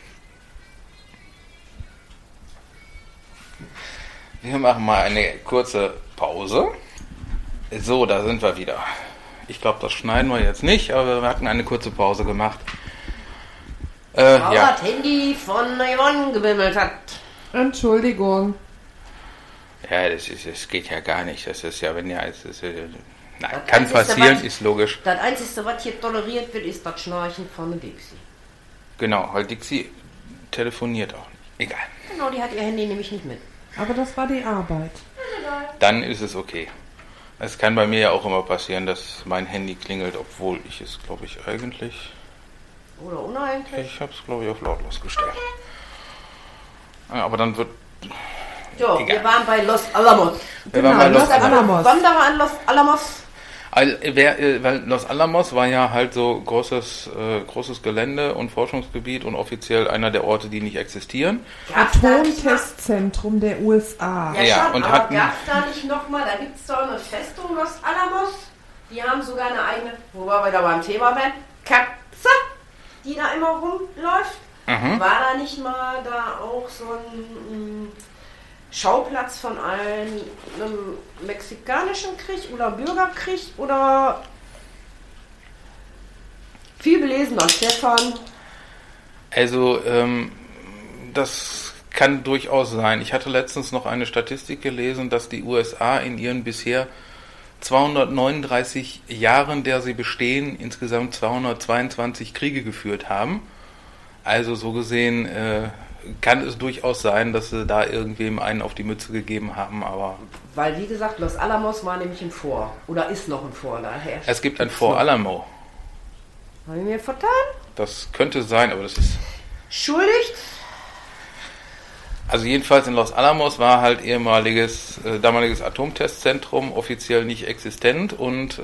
Wir machen mal eine kurze Pause. So, da sind wir wieder. Ich glaube, das schneiden wir jetzt nicht, aber wir hatten eine kurze Pause gemacht. Aber Ja. das Handy von Yvonne gebimmelt hat. Entschuldigung. Ja, das geht ja gar nicht. Das ist ja, wenn ja, es ist, nein, Das kann Einzige, passieren, was- ist logisch. Das Einzige, was hier toleriert wird, ist das Schnarchen von Dixie. Genau, weil Dixie telefoniert auch nicht. Egal. Genau, die hat ihr Handy nämlich nicht mit. Aber das war die Arbeit. Dann ist es okay. Es kann bei mir ja auch immer passieren, dass mein Handy klingelt, obwohl ich es, glaube ich, eigentlich... Oder uneigentlich. Ich habe es, glaube ich, auf lautlos gestellt. Ja, aber dann wird... So, Egal. wir waren bei Los Alamos. Wir waren bei Los Alamos. Wanderer an Los Alamos. Weil Los Alamos war ja halt so großes Gelände und Forschungsgebiet und offiziell einer der Orte, die nicht existieren. Atomtestzentrum der USA. Ja, Ja, schon, und aber hatten- gab es da nicht nochmal, da gibt es doch eine Festung Los Alamos. Die haben sogar eine eigene, wo wir wieder beim Thema werden, Katze, die da immer rumläuft. Mhm. War da nicht mal da auch so ein Schauplatz von einem mexikanischen Krieg oder Bürgerkrieg oder viel belesener Stefan? Also, das kann durchaus sein. Ich hatte letztens noch eine Statistik gelesen, dass die USA in ihren bisher 239 Jahren, der sie bestehen, insgesamt 222 Kriege geführt haben. Also so gesehen kann es durchaus sein, dass sie da irgendwem einen auf die Mütze gegeben haben, aber... Weil, wie gesagt, Los Alamos war nämlich ein Fort. Oder ist noch ein Fort. Daher Es gibt ein Fort Alamo. Habe ich mir vertan? Das könnte sein, aber das ist... Schuldigt? Also jedenfalls in Los Alamos war halt damaliges Atomtestzentrum offiziell nicht existent und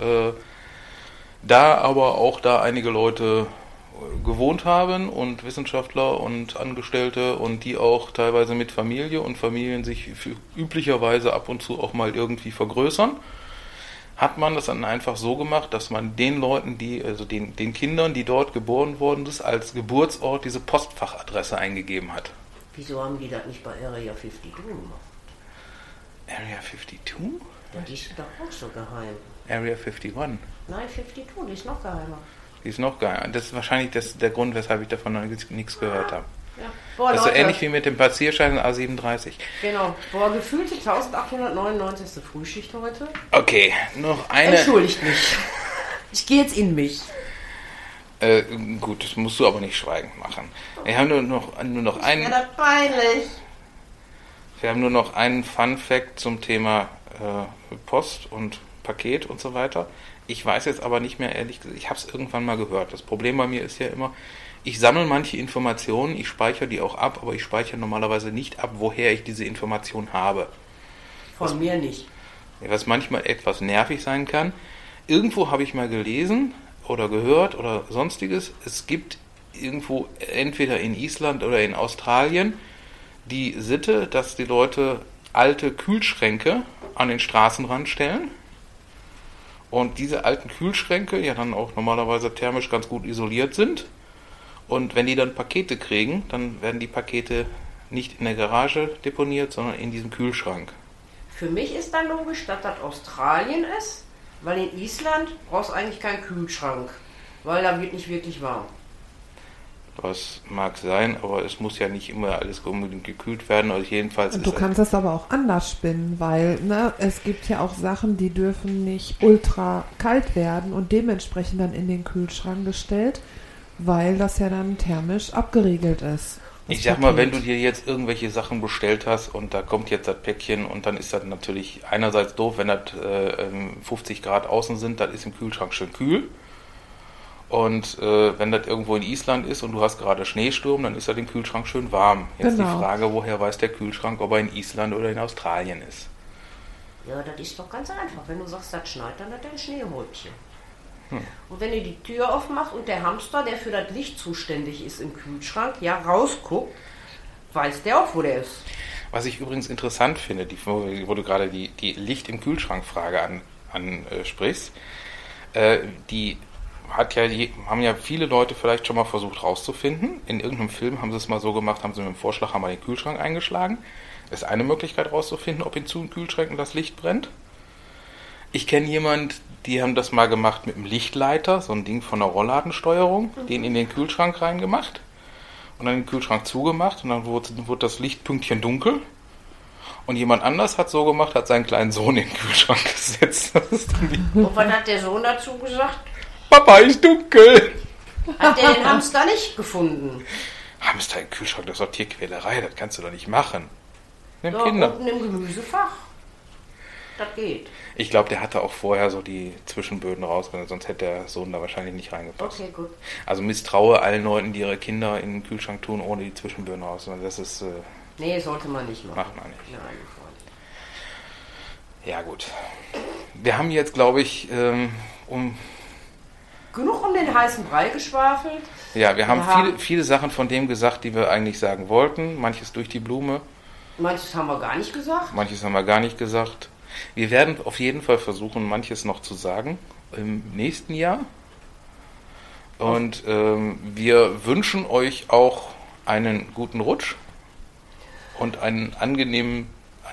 da aber auch da einige Leute gewohnt haben und Wissenschaftler und Angestellte und die auch teilweise mit Familie und Familien sich üblicherweise ab und zu auch mal irgendwie vergrößern, hat man das dann einfach so gemacht, dass man den Leuten, den Kindern, die dort geboren worden sind, als Geburtsort diese Postfachadresse eingegeben hat. Wieso haben die das nicht bei Area 52 gemacht? Area 52? Ja, die ist doch auch so geheim. Area 51. Nein, 52, die ist noch geheimer. Die ist noch geil. Das ist wahrscheinlich der Grund, weshalb ich davon noch nichts gehört habe. Ja. Boah, Das ist so Leute, ähnlich wie mit dem Passierschein A37. Genau. Boah, gefühlte 1899. Frühschicht heute. Okay, noch eine... Entschuldigt mich. Ich gehe jetzt in mich. Gut, das musst du aber nicht schweigend machen. Wir haben nur noch einen... Ja, das ist peinlich. Wir haben nur noch einen Fun-Fact zum Thema Post und Paket und so weiter. Ich weiß jetzt aber nicht mehr, ehrlich gesagt, ich habe es irgendwann mal gehört. Das Problem bei mir ist ja immer, ich sammle manche Informationen, ich speichere die auch ab, aber ich speichere normalerweise nicht ab, woher ich diese Information habe. Von mir nicht. Was manchmal etwas nervig sein kann. Irgendwo habe ich mal gelesen oder gehört oder sonstiges, es gibt irgendwo entweder in Island oder in Australien die Sitte, dass die Leute alte Kühlschränke an den Straßenrand stellen und diese alten Kühlschränke ja dann auch normalerweise thermisch ganz gut isoliert sind und wenn die dann Pakete kriegen, dann werden die Pakete nicht in der Garage deponiert, sondern in diesem Kühlschrank. Für mich ist dann logisch, dass das Australien ist, weil in Island brauchst du eigentlich keinen Kühlschrank, weil da wird nicht wirklich warm. Das mag sein, aber es muss ja nicht immer alles unbedingt gekühlt werden. Also jedenfalls Und du kannst das aber auch anders spinnen, weil es gibt ja auch Sachen, die dürfen nicht ultra kalt werden und dementsprechend dann in den Kühlschrank gestellt, weil das ja dann thermisch abgeriegelt ist. Ich sag mal, wenn du dir jetzt irgendwelche Sachen bestellt hast und da kommt jetzt das Päckchen und dann ist das natürlich einerseits doof, wenn das 50 Grad außen sind, das ist im Kühlschrank schön kühl. Und wenn das irgendwo in Island ist und du hast gerade Schneesturm, dann ist das im Kühlschrank schön warm. Jetzt Genau. die Frage, woher weiß der Kühlschrank, ob er in Island oder in Australien ist? Ja, das ist doch ganz einfach. Wenn du sagst, das schneit, dann hat er ein Schneehäubchen. Und wenn du die Tür aufmachst und der Hamster, der für das Licht zuständig ist im Kühlschrank, ja rausguckt, weiß der auch, wo der ist. Was ich übrigens interessant finde, wo du gerade die Licht im Kühlschrank-Frage ansprichst, haben ja viele Leute vielleicht schon mal versucht rauszufinden. In irgendeinem Film haben sie es mal so gemacht, haben sie mit dem Vorschlaghammer den Kühlschrank eingeschlagen. Das ist eine Möglichkeit rauszufinden, ob in zu Kühlschränken das Licht brennt. Ich kenne jemanden, die haben das mal gemacht mit einem Lichtleiter, so ein Ding von einer Rollladensteuerung, den in den Kühlschrank reingemacht und dann den Kühlschrank zugemacht und dann wurde das Lichtpünktchen dunkel. Und jemand anders hat so gemacht, hat seinen kleinen Sohn in den Kühlschrank gesetzt. Und was hat der Sohn dazu gesagt? Papa, ist dunkel! Hat der den Hamster nicht gefunden? Hamster im Kühlschrank, das ist doch Tierquälerei, das kannst du doch nicht machen. Nimm Ja, Kinder. unten im Gemüsefach. Das geht. Ich glaube, der hatte auch vorher so die Zwischenböden rausgenommen, sonst hätte der Sohn da wahrscheinlich nicht reingepasst. Okay, gut. Also misstraue allen Leuten, die ihre Kinder in den Kühlschrank tun, ohne die Zwischenböden rauszunehmen. Das ist... Nee, sollte man nicht machen. Macht man nicht. Nein, Freund. Ja, gut. Wir haben jetzt, glaube ich, Genug um den heißen Brei geschwafelt. wir haben viele Sachen von dem gesagt, die wir eigentlich sagen wollten. Manches durch die Blume, Manches haben wir gar nicht gesagt. manches haben wir gar nicht gesagt. Wir werden auf jeden Fall versuchen, manches noch zu sagen im nächsten Jahr. Und wir wünschen euch auch einen guten Rutsch und ein angenehmes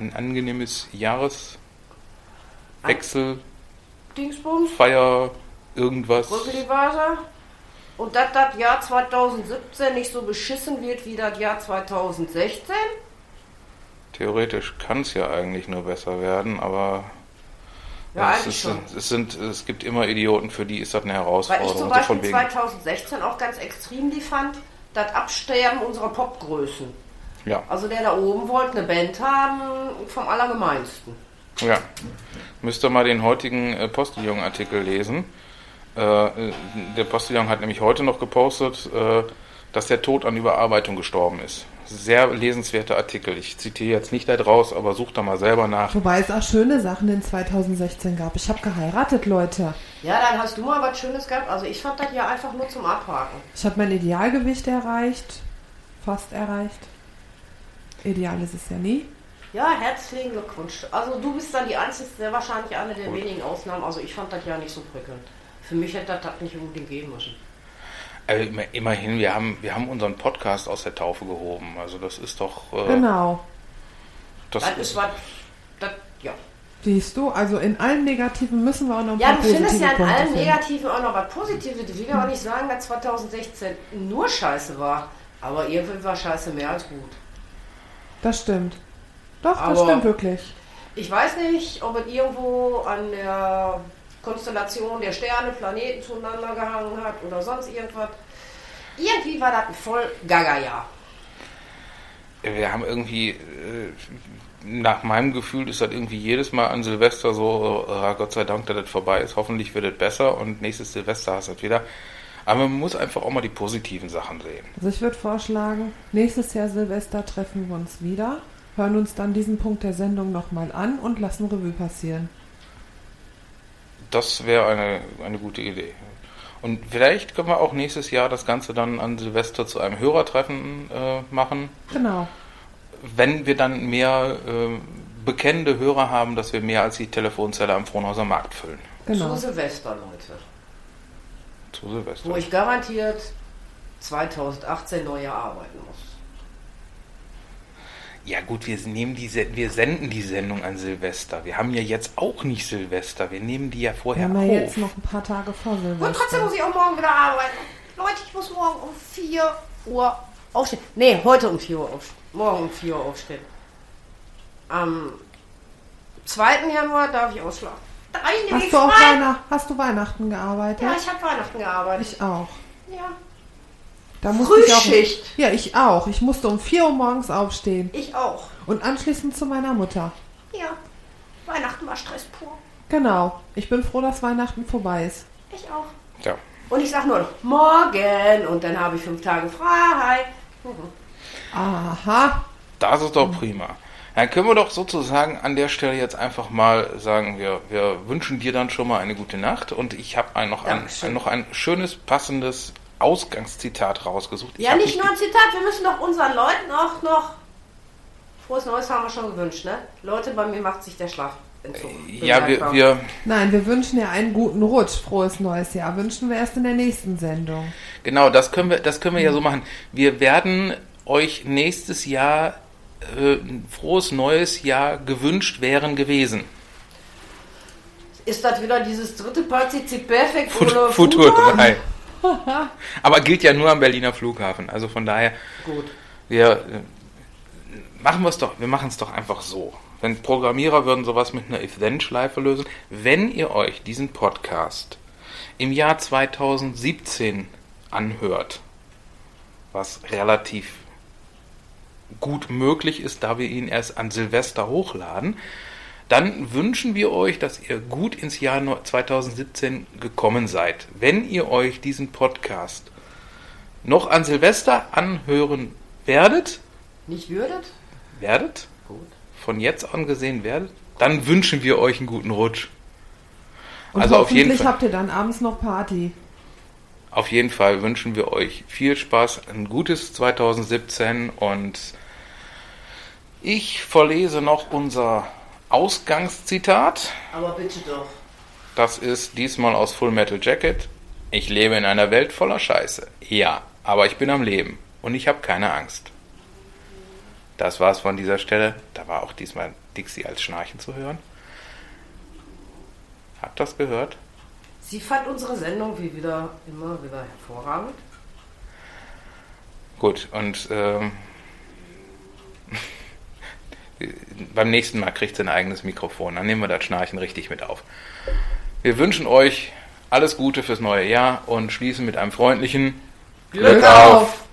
Jahreswechsel, Dingsbums, Feier, irgendwas. Rückeliwasser. Und dass das Jahr 2017 nicht so beschissen wird wie das Jahr 2016. Theoretisch kann es ja eigentlich nur besser werden, aber Ja, eigentlich schon. es gibt immer Idioten, für die ist das eine Weil Herausforderung. ich zum Beispiel 2016 auch ganz extrem die fand, das Absterben unserer Popgrößen. Ja, Also der da oben wollte eine Band haben vom Allergemeinsten. ja. Müsst ihr mal den heutigen Postillon-Artikel lesen. Der Postillon hat nämlich heute noch gepostet, dass der Tod an Überarbeitung gestorben ist. Sehr lesenswerter Artikel. Ich zitiere jetzt nicht da draus, aber sucht da mal selber nach. Wobei es auch schöne Sachen in 2016 gab. Ich habe geheiratet, Leute. Ja, dann hast du mal was Schönes gehabt. Also ich fand das ja einfach nur zum Abhaken. Ich habe mein Idealgewicht erreicht. Fast erreicht. Ideal ist es ja nie. Ja, herzlichen Glückwunsch. Also du bist dann die einzige, sehr wahrscheinlich eine der wenigen Ausnahmen. Also ich fand das ja nicht so prickelnd. Für mich hätte das nicht unbedingt geben müssen. Also immerhin, wir haben unseren Podcast aus der Taufe gehoben. Also das ist doch... Genau. Das ist was... Ja. Siehst du, also in allen Negativen müssen wir auch noch ein Ja, paar du findest ja in Punkte allen finden. Negativen auch noch was Positives. Ich will ja auch nicht sagen, dass 2016 nur Scheiße war. Aber irgendwie war Scheiße mehr als gut. Das stimmt. Doch, das Aber- stimmt wirklich. Ich weiß nicht, ob es irgendwo an der Konstellation der Sterne, Planeten zueinander gehangen hat oder sonst irgendwas. Irgendwie war das ein voll Gaga-Jahr. Wir haben irgendwie, nach meinem Gefühl ist das irgendwie jedes Mal an Silvester so, Gott sei Dank, dass das vorbei ist, hoffentlich wird es besser und nächstes Silvester hast du das wieder. Aber man muss einfach auch mal die positiven Sachen sehen. Also ich würde vorschlagen, nächstes Jahr Silvester treffen wir uns wieder, hören uns dann diesen Punkt der Sendung nochmal an und lassen Revue passieren. Das wäre eine gute Idee. Und vielleicht können wir auch nächstes Jahr das Ganze dann an Silvester zu einem Hörertreffen machen. Genau. Wenn wir dann mehr bekennende Hörer haben, dass wir mehr als die Telefonzelle am Frohnhauser Markt füllen. Genau. Zu Silvester, Leute. Zu Silvester. Wo ich garantiert 2018 neu arbeiten muss. Ja gut, wir senden die Sendung an Silvester. Wir haben ja jetzt auch nicht Silvester. Wir nehmen die ja Wir vorher haben auf. ja jetzt noch ein paar Tage vor Und trotzdem Silvester. muss ich auch morgen wieder arbeiten. Leute, ich muss morgen um 4 Uhr aufstehen. Nee, heute um 4 Uhr aufstehen. Morgen um 4 Uhr aufstehen. Am 2. Januar darf ich ausschlafen. Hast du Weihnachten gearbeitet? Ja, ich habe Weihnachten gearbeitet. Ich auch. Ja. Da musste ich auch, Frühschicht. ja, ich auch. Ich musste um 4 Uhr morgens aufstehen Ich auch. und anschließend zu meiner Mutter. Ja. Weihnachten war Stress pur. Genau. Ich bin froh, dass Weihnachten vorbei ist. Ich auch. Ja. Und ich sag nur noch, morgen. Und dann habe ich 5 Tage frei. Aha. Das ist doch prima. Dann können wir doch sozusagen an der Stelle jetzt einfach mal sagen, wir wünschen dir dann schon mal eine gute Nacht. Und ich habe noch ein schönes, passendes Ausgangszitat rausgesucht. Ja, nicht nur ein Zitat. Wir müssen doch unseren Leuten auch noch... Frohes Neues haben wir schon gewünscht, ne? Leute, bei mir macht sich der Schlafentzug. Ja, Nein, wir wünschen ja einen guten Rutsch. Frohes neues Jahr. Wünschen wir erst in der nächsten Sendung. Genau, das können wir ja so machen. Wir werden euch nächstes Jahr ein frohes neues Jahr gewünscht gewesen. Ist das wieder dieses dritte Partizip Perfekt oder Futur 3. Aber gilt ja nur am Berliner Flughafen. Also von daher, Gut. wir machen es doch einfach so. Wenn Programmierer würden sowas mit einer If-Then-Schleife lösen. Wenn ihr euch diesen Podcast im Jahr 2017 anhört, was relativ gut möglich ist, da wir ihn erst an Silvester hochladen, dann wünschen wir euch, dass ihr gut ins Jahr 2017 gekommen seid. Wenn ihr euch diesen Podcast noch an Silvester anhören werdet, Nicht würdet? Gut. von jetzt an gesehen werdet, dann wünschen wir euch einen guten Rutsch. Und Also auf jeden hoffentlich Fall. habt ihr dann abends noch Party. Auf jeden Fall wünschen wir euch viel Spaß, ein gutes 2017 und ich verlese noch unser Ausgangszitat. Aber bitte doch. Das ist diesmal aus Full Metal Jacket. Ich lebe in einer Welt voller Scheiße. Ja, aber ich bin am Leben. und ich habe keine Angst. Das war's von dieser Stelle. Da war auch diesmal Dixie als Schnarchen zu hören. Habt ihr das gehört? Sie fand unsere Sendung wie immer wieder hervorragend. Gut, und beim nächsten Mal kriegt sie ein eigenes Mikrofon. Dann nehmen wir das Schnarchen richtig mit auf. Wir wünschen euch alles Gute fürs neue Jahr und schließen mit einem freundlichen Glück auf!